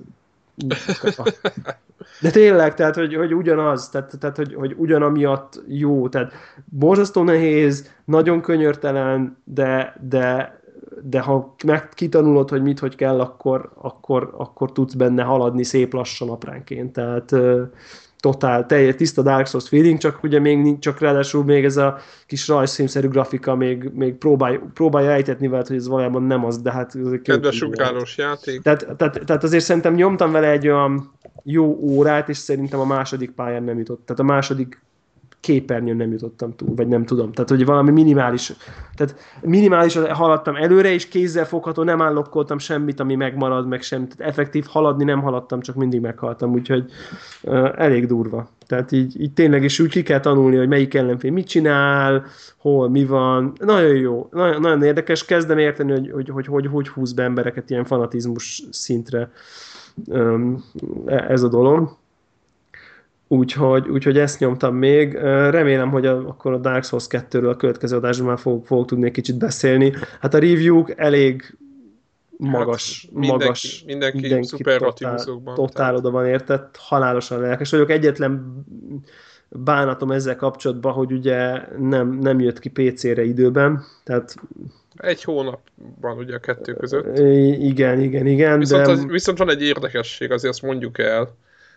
de tényleg, tehát, hogy ugyanaz, tehát hogy ugyanamiatt jó, tehát borzasztó nehéz, nagyon könyörtelen, de ha kitanulod, hogy hogy kell, akkor tudsz benne haladni szép lassan apránként, tehát totál, tiszta Dark Souls feeling, csak ugye még csak ráadásul még ez a kis rajzfilmszerű grafika még próbálja ejtetni veled, hogy ez valójában nem az, de hát... Kedves ugrálós játék. Tehát azért szerintem nyomtam vele egy olyan jó órát, és szerintem a második pályán nem jutott. Tehát a második képernyőn nem jutottam túl, vagy nem tudom. Tehát, hogy valami minimális haladtam előre, és kézzel fogható, nem állokkoltam semmit, ami megmarad, meg semmit. Tehát effektív haladni nem haladtam, csak mindig meghaltam, úgyhogy elég durva. Tehát így tényleg is úgy ki kell tanulni, hogy melyik ellenfél mit csinál, hol, mi van. Nagyon jó, nagyon érdekes. Kezdem érteni, hogy húz be embereket ilyen fanatizmus szintre ez a dolog. Úgyhogy ezt nyomtam még. Remélem, hogy akkor a Dark Souls 2-ről a következő adásban már fogok tudni egy kicsit beszélni. Hát a review-k elég magas. Mindenki szuperlatívusokban. Totál oda van értett. Halálosan lelkes vagyok. Egyetlen bánatom ezzel kapcsolatban, hogy ugye nem jött ki PC-re időben. Tehát egy hónap van ugye a kettő között. Igen. Viszont van egy érdekesség, azért azt mondjuk el,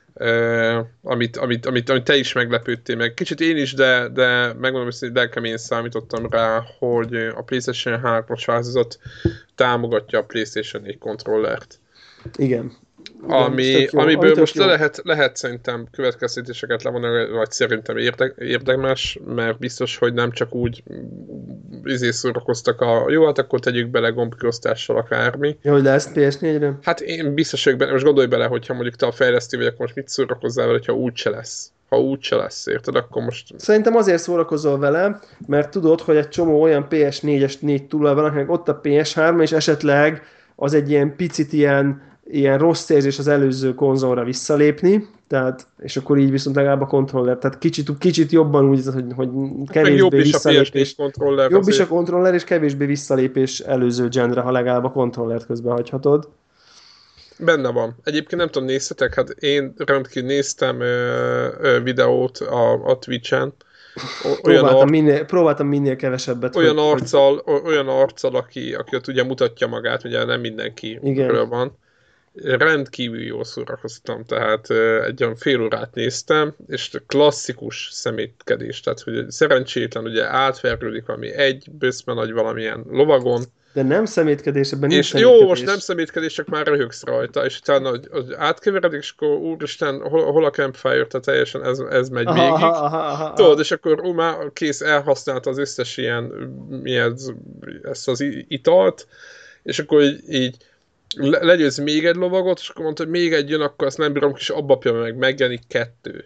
amit te is meglepődtél meg. Kicsit én is, de megmondom, hogy lelkemén számítottam rá, hogy a PlayStation 3-as változat támogatja a PlayStation 4 kontrollert. Igen. Amiből most lehet szerintem következtetéseket levonni, vagy szerintem érdemes, mert biztos, hogy nem csak úgy szórakoztak jó, hát akkor tegyük bele gombkiosztással akármi. Jó, hogy lesz PS4-re? Hát én biztos vagyok benne, most gondolj bele, hogyha mondjuk te a fejlesztő vagy, akkor most mit szórakozzál vele, hogyha úgyse lesz. Ha úgyse lesz, érted, akkor most... Szerintem azért szórakozol vele, mert tudod, hogy egy csomó olyan PS4-es 4 túllal van, akinek ott a PS3, és esetleg az egy ilyen picit ilyen rossz érzés az előző konzolra visszalépni, tehát, és akkor így viszont legalább a kontroller, tehát kicsit jobban úgy, hogy kevésbé visszalépés. Jobb is a kontroller, és kevésbé visszalépés előző genre, ha legalább a kontrollert közben hagyhatod. Benne van. Egyébként nem tudom, néztetek, hát én rendkívül néztem videót a Twitch-en. Próbáltam minél kevesebbet. Olyan arccal, aki ott ugye mutatja magát, ugye nem mindenkiről van. Rendkívül jól szórakoztam, tehát egy olyan fél órát néztem, és klasszikus szemétkedés, tehát hogy szerencsétlen ugye átverődik valami böszme nagy valamilyen lovagon. De nem szemétkedés, ebben nincs szemétkedés. Jó, most nem szemétkedés, csak már röhögsz rajta, és utána az átkeveredik, és akkor úristen, hol a campfire, tehát teljesen ez megy végig. Tudod, és akkor már kész, elhasználta az összes ezt az italt, és akkor így legyőz még egy lovagot, és akkor mondta, hogy még egy jön, akkor azt nem bírom, és abba meg megjelenik 2.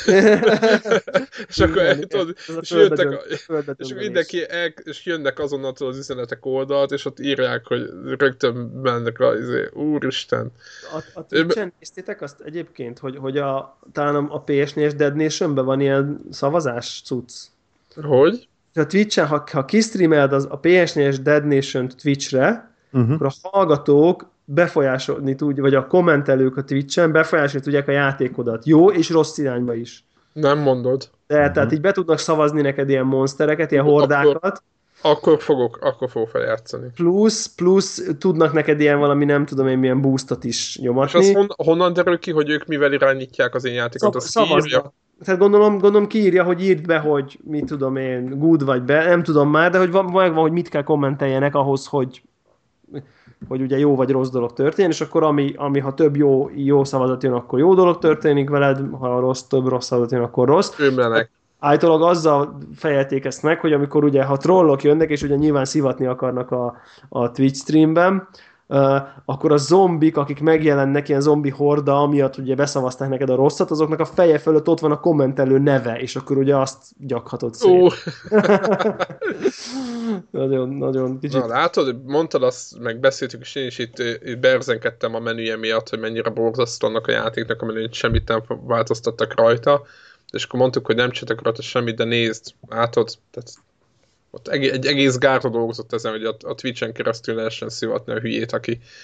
És akkor tudod, és mindenki és jönnek azonnal az üzenetek oldalt, és ott írják, hogy rögtön mennek úristen. A Twitch-en néztétek azt egyébként, hogy talán a PS4-es Dead Nation-ben van ilyen szavazás cucc? Hogy? A Twitch-en, ha kistreameled a PS4-es Dead Nation-t Twitch-re, akkor a hallgatók befolyásolni tudja, vagy a kommentelők a Twitch-en befolyásolni tudják a játékodat. Jó és rossz irányba is. Nem mondod. Tehát így be tudnak szavazni neked ilyen monstereket, ilyen hordákat. Akkor fogok feljátszani. Plusz tudnak neked ilyen valami, nem tudom én, milyen boostot is nyomatni. És az honnan derül ki, hogy ők mivel irányítják az én játékot? Szavaznak. Tehát gondolom kiírja, hogy írd be, hogy mit tudom én, good vagy be, nem tudom már, de hogy megvan, hogy mit kell kommenteljenek ahhoz, hogy ugye jó vagy rossz dolog történik, és akkor ami ha több jó szavazat jön, akkor jó dolog történik veled, ha több rossz szavazat jön, akkor rossz. Ömlenek. Állítólag azzal fejelték ezt meg, hogy amikor ugye, ha trollok jönnek, és ugye nyilván szivatni akarnak a Twitch streamben, akkor a zombik, akik megjelennek, ilyen zombi horda, amiatt ugye beszavazták neked a rosszat, azoknak a feje fölött ott van a kommentelő neve, és akkor ugye azt gyakhatod szét. Nagyon kicsit. Na, látod, mondtad azt, meg beszéltük, és én is itt berzenkedtem a menüje miatt, hogy mennyire borzasztó annak a játéknak, amennyit semmit nem változtattak rajta, és akkor mondtuk, hogy nem csináltak rajta semmit, de nézd, látod, tehát ott egy egész gárda dolgozott ezen, hogy a Twitch-en keresztül lehessen szivatni a hülyét,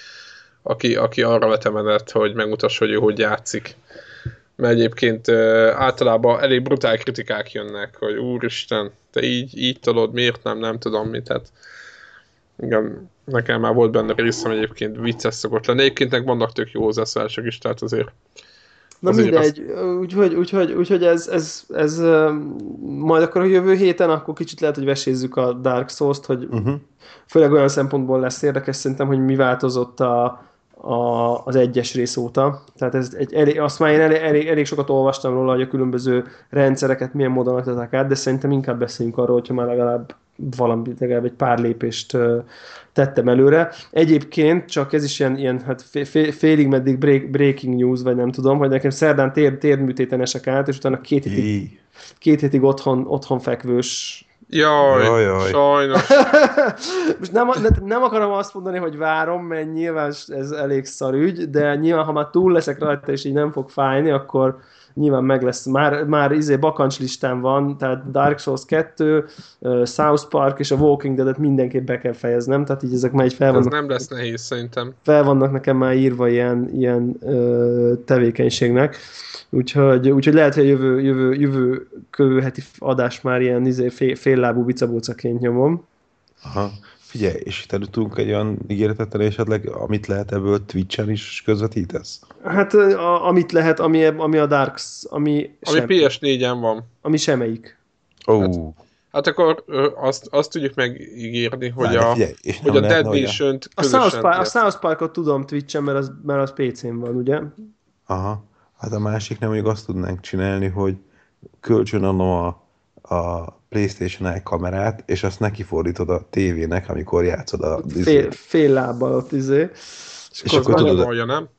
aki arra vetemedett, hogy megmutassa, hogy ő hogy játszik. Mert egyébként általában elég brutál kritikák jönnek, hogy úristen, te így tolod, miért nem tudom mit, tehát igen, nekem már volt benne részem egyébként vicces szokott lenni. Egyébként vannak tök jó hozzászólások is, tehát azért. Na mindegy, úgyhogy ez majd akkor a jövő héten, akkor kicsit lehet, hogy vesézzük a Dark Souls-t, hogy főleg olyan szempontból lesz érdekes szerintem, hogy mi változott az egyes rész óta. Tehát azt már én elég sokat olvastam róla, hogy a különböző rendszereket milyen módon adták át, de szerintem inkább beszéljünk arról, hogyha már legalább egy pár lépést tettem előre. Egyébként csak ez is ilyen hát félig meddig breaking news, vagy nem tudom, hogy nekem szerdán térdműtéten esek át, és utána két hétig otthon fekvős. Jaj. Sajnos. Most nem akarom azt mondani, hogy várom, mert nyilván ez elég szar ügy, de nyilván, ha már túl leszek rajta, és így nem fog fájni, akkor nyilván meg lesz. Már bakancs listán van, tehát Dark Souls 2, South Park és a Walking Dead-et mindenképp be kell fejeznem, tehát így ezek már így fel vannak. Ez nem lesz nehéz szerintem. Fel vannak nekem már írva ilyen tevékenységnek. Úgyhogy lehet, hogy a jövő heti adás már ilyen féllábú bicabócaként nyomom. Aha. Figyelj, és itt tudunk egy olyan ígéretet tenni esetleg, amit lehet ebből Twitch-en is közvetítesz? Hát amit lehet, ami a Darks, ami PS4-en van. Ami semmelyik. Hát akkor azt tudjuk megígérni, hogy a Dead Nation-t közösen... A South Parkot tudom Twitch-en, mert az PC-n van, ugye? Aha. Hát a másik nem, mondjuk azt tudnánk csinálni, hogy kölcsönadom a PlayStation 1 kamerát, és azt nekifordítod a tévének, amikor játszod a... Fél lábbal ott És akkor tudod... nem?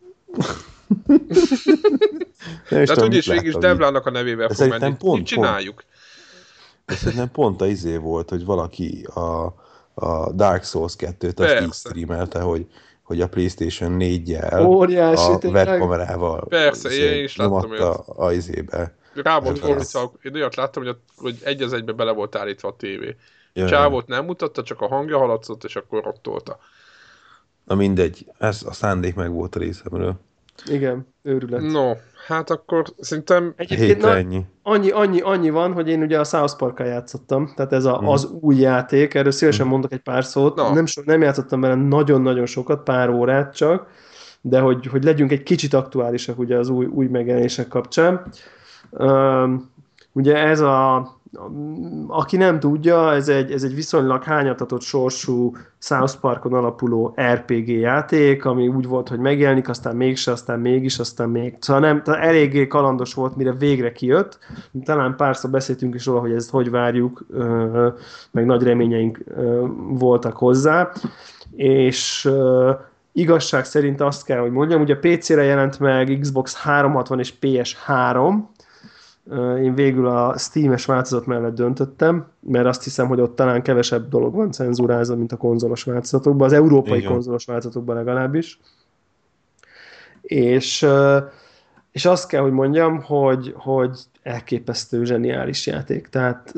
De úgyis végig Devlának a nevével fog menni. Így csináljuk. Szerintem pont a volt, hogy valaki a Dark Souls 2-t azt így streamelte, hogy a PlayStation 4-jel a webkamerával persze, én is láttam a izébe. Rá volt fordítva, én olyat láttam, hogy egy az egybe bele volt állítva a tévé. Csávót nem mutatta, csak a hangja haladszott, és akkor rottolta. Na mindegy, ez a szándék meg volt a részemről. Igen, őrület. No, hát akkor szerintem... Ennyi. Annyi van, hogy én ugye a South Park-kal játszottam, tehát ez az új játék, erről szívesen mondok egy pár szót. No. Nem játszottam vele nagyon-nagyon sokat, pár órát csak, de hogy legyünk egy kicsit aktuálisak ugye az új megjelenések kapcsán. Ugye ez aki nem tudja, ez egy viszonylag hányatatott sorsú South Parkon alapuló RPG játék, ami úgy volt, hogy megjelenik, aztán mégse, aztán mégis, aztán még. Szóval eléggé kalandos volt, mire végre kijött. Talán párszor beszéltünk is róla, hogy ezt hogy várjuk, meg nagy reményeink voltak hozzá. És igazság szerint azt kell, hogy mondjam, ugye PC-re jelent meg Xbox 360 és PS3, én végül a Steam-es változat mellett döntöttem, mert azt hiszem, hogy ott talán kevesebb dolog van cenzúrázva, mint a konzolos változatokban, az európai konzolos változatokban legalábbis. És azt kell, hogy mondjam, hogy elképesztő zseniális játék. Tehát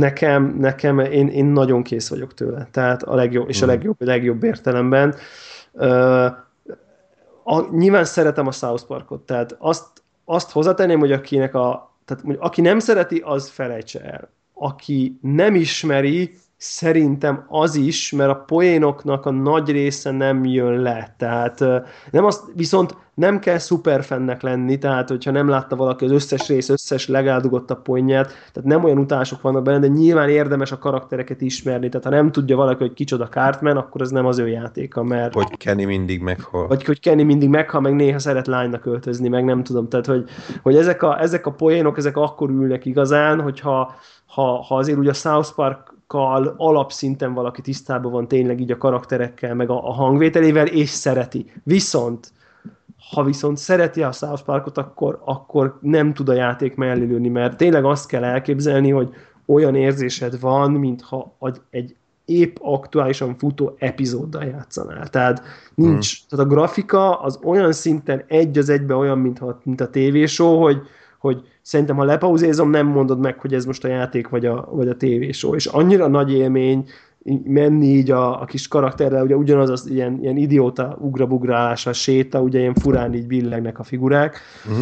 nekem én nagyon kész vagyok tőle. Tehát a legjobb értelemben. Nyilván szeretem a South Parkot, tehát azt hozzátenném, hogy tehát aki nem szereti, az felejtse el. Aki nem ismeri, szerintem az is, mert a poénoknak a nagy része nem jön le. Tehát viszont nem kell szuperfennek lenni, tehát hogyha nem látta valaki az összes rész, összes legáldugottabb poénját, tehát nem olyan utások vannak benne, de nyilván érdemes a karaktereket ismerni, tehát ha nem tudja valaki, hogy kicsoda Cartman, akkor ez nem az ő játéka, mert... Hogy Kenny mindig meghal. Vagy hogy Kenny mindig meghal, meg néha szeret lánynak öltözni, meg nem tudom, tehát hogy ezek a poénok, ezek akkor ülnek igazán, hogyha azért ugye a South Parkkal alapszinten valaki tisztában van tényleg így a karakterekkel, meg a hangvételével, és szereti. Ha viszont szereti a South Parkot, akkor nem tud a játék mellé lőni, mert tényleg azt kell elképzelni, hogy olyan érzésed van, mintha egy épp aktuálisan futó epizóddal játszanál. Tehát tehát a grafika az olyan szinten egy az egybe olyan, mint a tévéshow, hogy szerintem, ha lepauzézom, nem mondod meg, hogy ez most a játék vagy a tévéshow. És annyira nagy élmény menni így a kis karakterrel, ugye ugyanaz az ilyen idióta ugrabugrálása, séta, ugye ilyen furán így billegnek a figurák.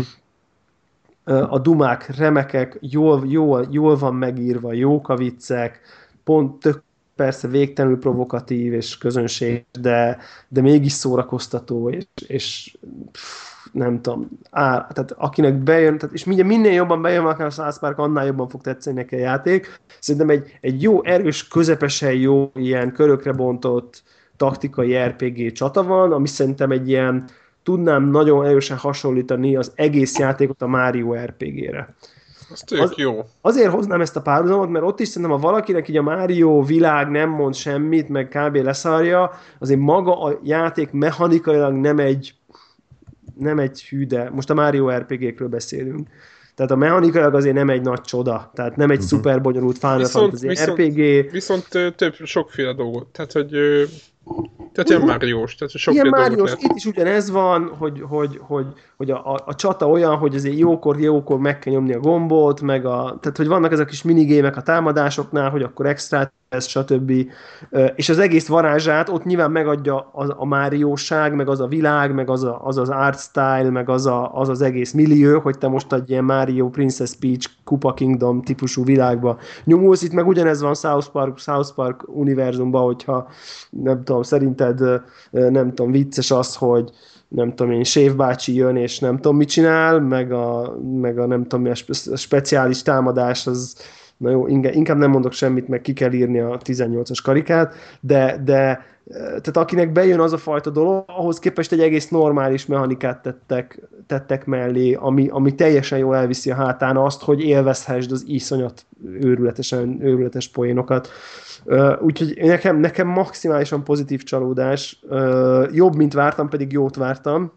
A dumák remekek, jól van megírva, jók a viccek, pont persze végtelenül provokatív és közönség, de mégis szórakoztató, és nem tudom, tehát akinek bejön, és minél jobban bejön akár a South Park, annál jobban fog tetszeni neki a játék. Szerintem egy jó, erős, közepesen jó, ilyen körökre bontott taktikai RPG csata van, ami szerintem egy ilyen, tudnám nagyon erősen hasonlítani az egész játékot a Mario RPG-re. Az tök jó. Azért hoznám ezt a párhuzamot, mert ott is szerintem, ha valakinek így a Mario világ nem mond semmit, meg kb. Leszarja, azért maga a játék mechanikailag nem egy hű, de most a Mario RPG-kről beszélünk. Tehát a mechanikailag azért nem egy nagy csoda. Tehát nem egy szuper bonyolult Final Fantasy RPG. Viszont sokféle dolgot. Tehát, hogy ilyen Máriós. Tehát sokféle ilyen Máriós. Itt is ugyanez van, hogy a csata olyan, hogy azért jókor meg kell nyomni a gombot, tehát hogy vannak ezek a kis minigémek a támadásoknál, hogy akkor extra ez, stb. És az egész varázsát ott nyilván megadja a Márióság, meg az a világ, meg az art style, meg az egész millió, hogy te most egy ilyen Mario Princess Peach Koopa Kingdom típusú világba nyomulsz. Itt meg ugyanez van South Park univerzumban, hogyha nem tudom, szerinted nem tudom, vicces az, hogy nem tudom én, Sév bácsi jön, és nem tudom, mit csinál, meg a nem tudom, a speciális támadás, az na jó, inkább nem mondok semmit, meg ki kell írni a 18-as karikát, de tehát akinek bejön az a fajta dolog, ahhoz képest egy egész normális mechanikát tettek mellé, ami teljesen jól elviszi a hátán azt, hogy élvezhessd az iszonyat őrületes poénokat. Úgyhogy nekem maximálisan pozitív csalódás. Jobb, mint vártam, pedig jót vártam.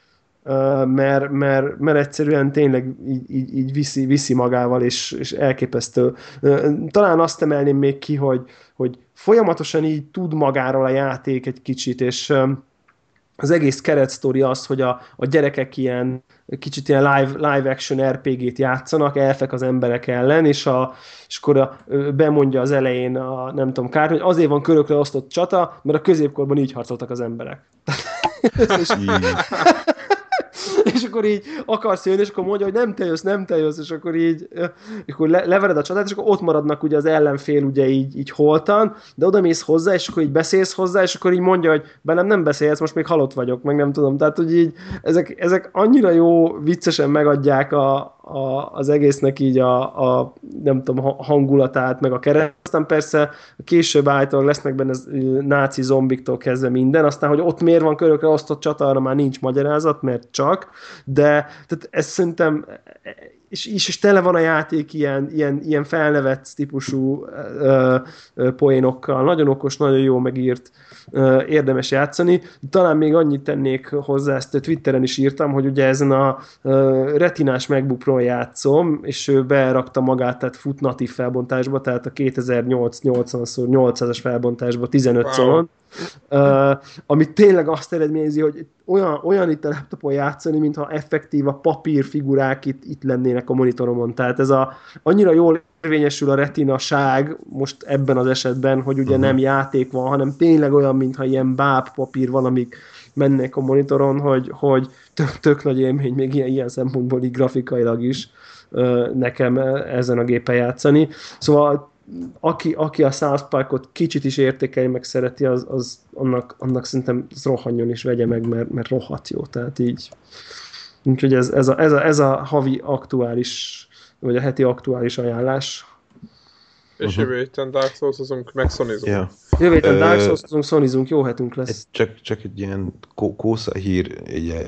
Mert egyszerűen tényleg így viszi magával, és elképesztő. Talán azt emelném még ki, hogy folyamatosan így tud magáról a játék egy kicsit, és az egész keretsztori az, hogy a gyerekek kicsit ilyen live action RPG-t játszanak, elfek az emberek ellen, és akkor bemondja az elején nem tudom, hogy azért van körökre osztott csata, mert a középkorban így harcoltak az emberek. És akkor így akarsz jönni, és akkor mondja, hogy nem te jössz, és akkor így akkor levered a csatát, és akkor ott maradnak ugye az ellenfél ugye így holtan, de oda mész hozzá, és akkor így beszélsz hozzá, és akkor így mondja, hogy velem nem beszélsz, most még halott vagyok, meg nem tudom. Tehát, hogy így ezek annyira jó, viccesen megadják az egésznek így a nem tudom, hangulatát, meg a keret. Aztán persze később általában lesznek benne náci zombiktól kezdve minden, aztán, hogy ott miért van körökre osztott csata, arra már nincs magyarázat, mert csak, de tehát ez szerintem és tele van a játék ilyen felnevetsz típusú poénokkal, nagyon okos, nagyon jó megírt, érdemes játszani. Talán még annyit tennék hozzá, ezt Twitteren is írtam, hogy ugye ezen a retinás MacBook Pro játszom, és ő berakta magát, tehát fut natív felbontásba, tehát a 2008 80x800-as felbontásba 15 szolon. ami tényleg azt eredményezi, hogy olyan itt a laptopon játszani, mintha effektív a papírfigurák itt lennének a monitoromon. Tehát ez annyira jól érvényesül a retinaság most ebben az esetben, hogy ugye nem játék van, hanem tényleg olyan, mintha ilyen báb papír van, amik mennek a monitoron, hogy tök nagy élmény még ilyen szempontból így grafikailag is nekem ezen a gépen játszani. Szóval aki a South Parkot kicsit is értékeli, meg szereti, az annak szerintem rohanjon is vegye meg, mert rohadt jó. Tehát így. Úgyhogy ez a havi aktuális, vagy a heti aktuális ajánlás. És jövő héten Dark Souls-ozunk, meg Sony-zunk. Ja. Jövő héten Dark Souls-ozunk, Sony-zunk, jó hetünk lesz. Csak egy ilyen kósza hír,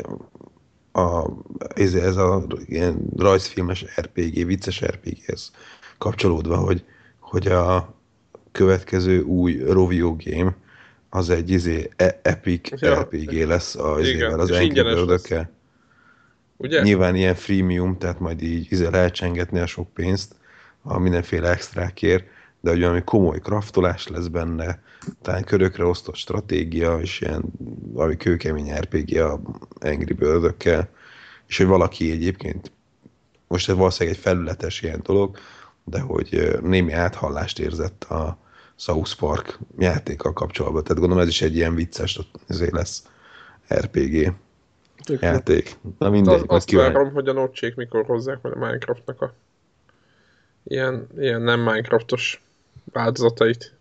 ez a ilyen rajzfilmes RPG, vicces RPG-hez kapcsolódva, hogy a következő új Rovio game az egy epic RPG lesz az Angry Bird-ökkel. Ugye? Nyilván ilyen freemium, tehát majd így lehet csengetni a sok pénzt a mindenféle extrákért, de hogy valami komoly kraftolás lesz benne, talán körökre osztott stratégia, és ilyen valami kőkemény RPG a Angry Bird-ökkel, és hogy valaki egyébként, most ez valószínűleg egy felületes ilyen dolog, de hogy némi áthallást érzett a South Park játékkal kapcsolatban. Tehát gondolom ez is egy ilyen vicces, ezért lesz RPG játék. Na mindegy. Azt várom, hogy a Notcsék mikor hozzák meg a Minecraftnak a ilyen nem Minecraftos változatait.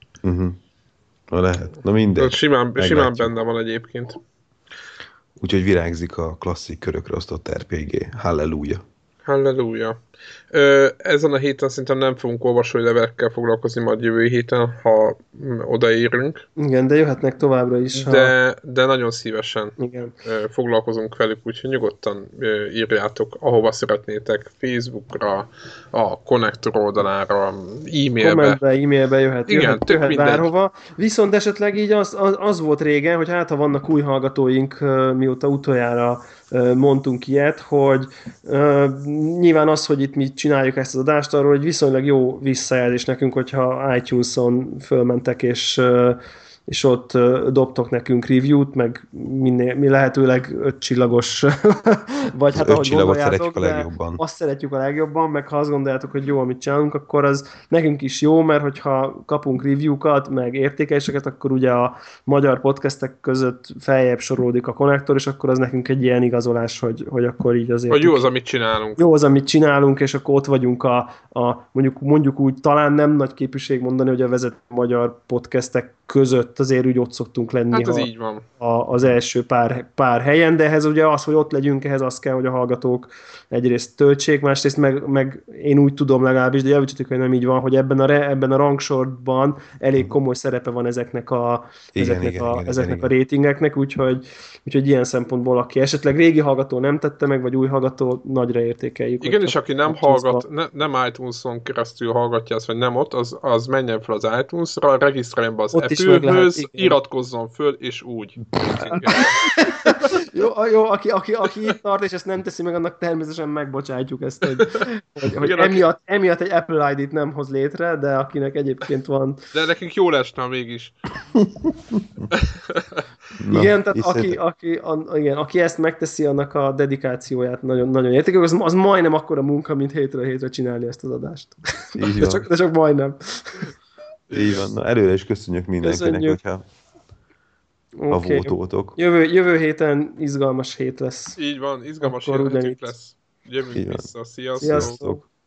Na lehet. Na mindegy. Simán benne van egyébként. Úgyhogy virágzik a klasszik körökre osztott RPG. Halleluja. Halleluja. Ezen a héten szerintem nem fogunk olvasói levelekkel foglalkozni majd jövő héten, ha odaérünk. Igen, de jöhetnek továbbra is. De nagyon szívesen foglalkozunk velük, úgyhogy nyugodtan írjátok, ahova szeretnétek, Facebookra, a Connector oldalára, e-mailbe. Kommentbe, e-mailbe jöhet bárhova. Viszont esetleg így az volt régen, hogy hát ha vannak új hallgatóink, mióta utoljára mondtunk ilyet, hogy nyilván az, hogy itt mi csináljuk ezt az adást, arról, hogy viszonylag jó visszajelzés nekünk, hogyha iTunes-on fölmentek, és ott dobtok nekünk review-t, meg mi lehetőleg 5 csillagos, vagy hát ahogy gondoljátok, a legjobban. Azt szeretjük a legjobban, meg ha azt gondoljátok, hogy jó, amit csinálunk, akkor az nekünk is jó, mert hogyha kapunk review-kat, meg értékeléseket, akkor ugye a magyar podcastek között feljebb sorolódik a konnektor, és akkor az nekünk egy ilyen igazolás, hogy akkor így azért... Hogy jó az, amit csinálunk. Jó az, amit csinálunk, és akkor ott vagyunk mondjuk úgy, talán nem nagy képűség mondani, hogy a vezető magyar podcastek között azért úgy ott szoktunk lenni, hát ez így van. Az első pár helyen, de ehhez ugye az, hogy ott legyünk, ehhez az kell, hogy a hallgatók egyrészt töltsék, másrészt meg én úgy tudom legalábbis, de javítsatok, hogy nem így van, hogy ebben a rangsortban elég komoly szerepe van ezeknek a ratingeknek, úgyhogy ilyen szempontból, aki esetleg régi hallgató nem tette meg, vagy új hallgató, nagyra értékeljük. Igen, és aki nem hallgat, nem iTunes-on keresztül hallgatja ezt, vagy nem ott, az menjen fel az iTunes-ra, regisztráljon be az Apple-höz, iratkozzon föl, és úgy. Jó, aki itt tart, és ezt nem teszi meg, annak természetesen megbocsátjuk ezt, hogy igen, emiatt egy Apple ID-t nem hoz létre, de akinek egyébként van... De nekünk jó lesne mégis. Igen, tehát aki ezt megteszi, annak a dedikációját nagyon, nagyon értékük, az majdnem akkora munka, mint hétről hétre csinálni ezt az adást. De csak majdnem. Így van. Na, előre is köszönjük mindenkinek, hogyha a vótoltok. Jövő héten izgalmas hét lesz. Így van, izgalmas hét lesz. Jövünk vissza. Sziasztok!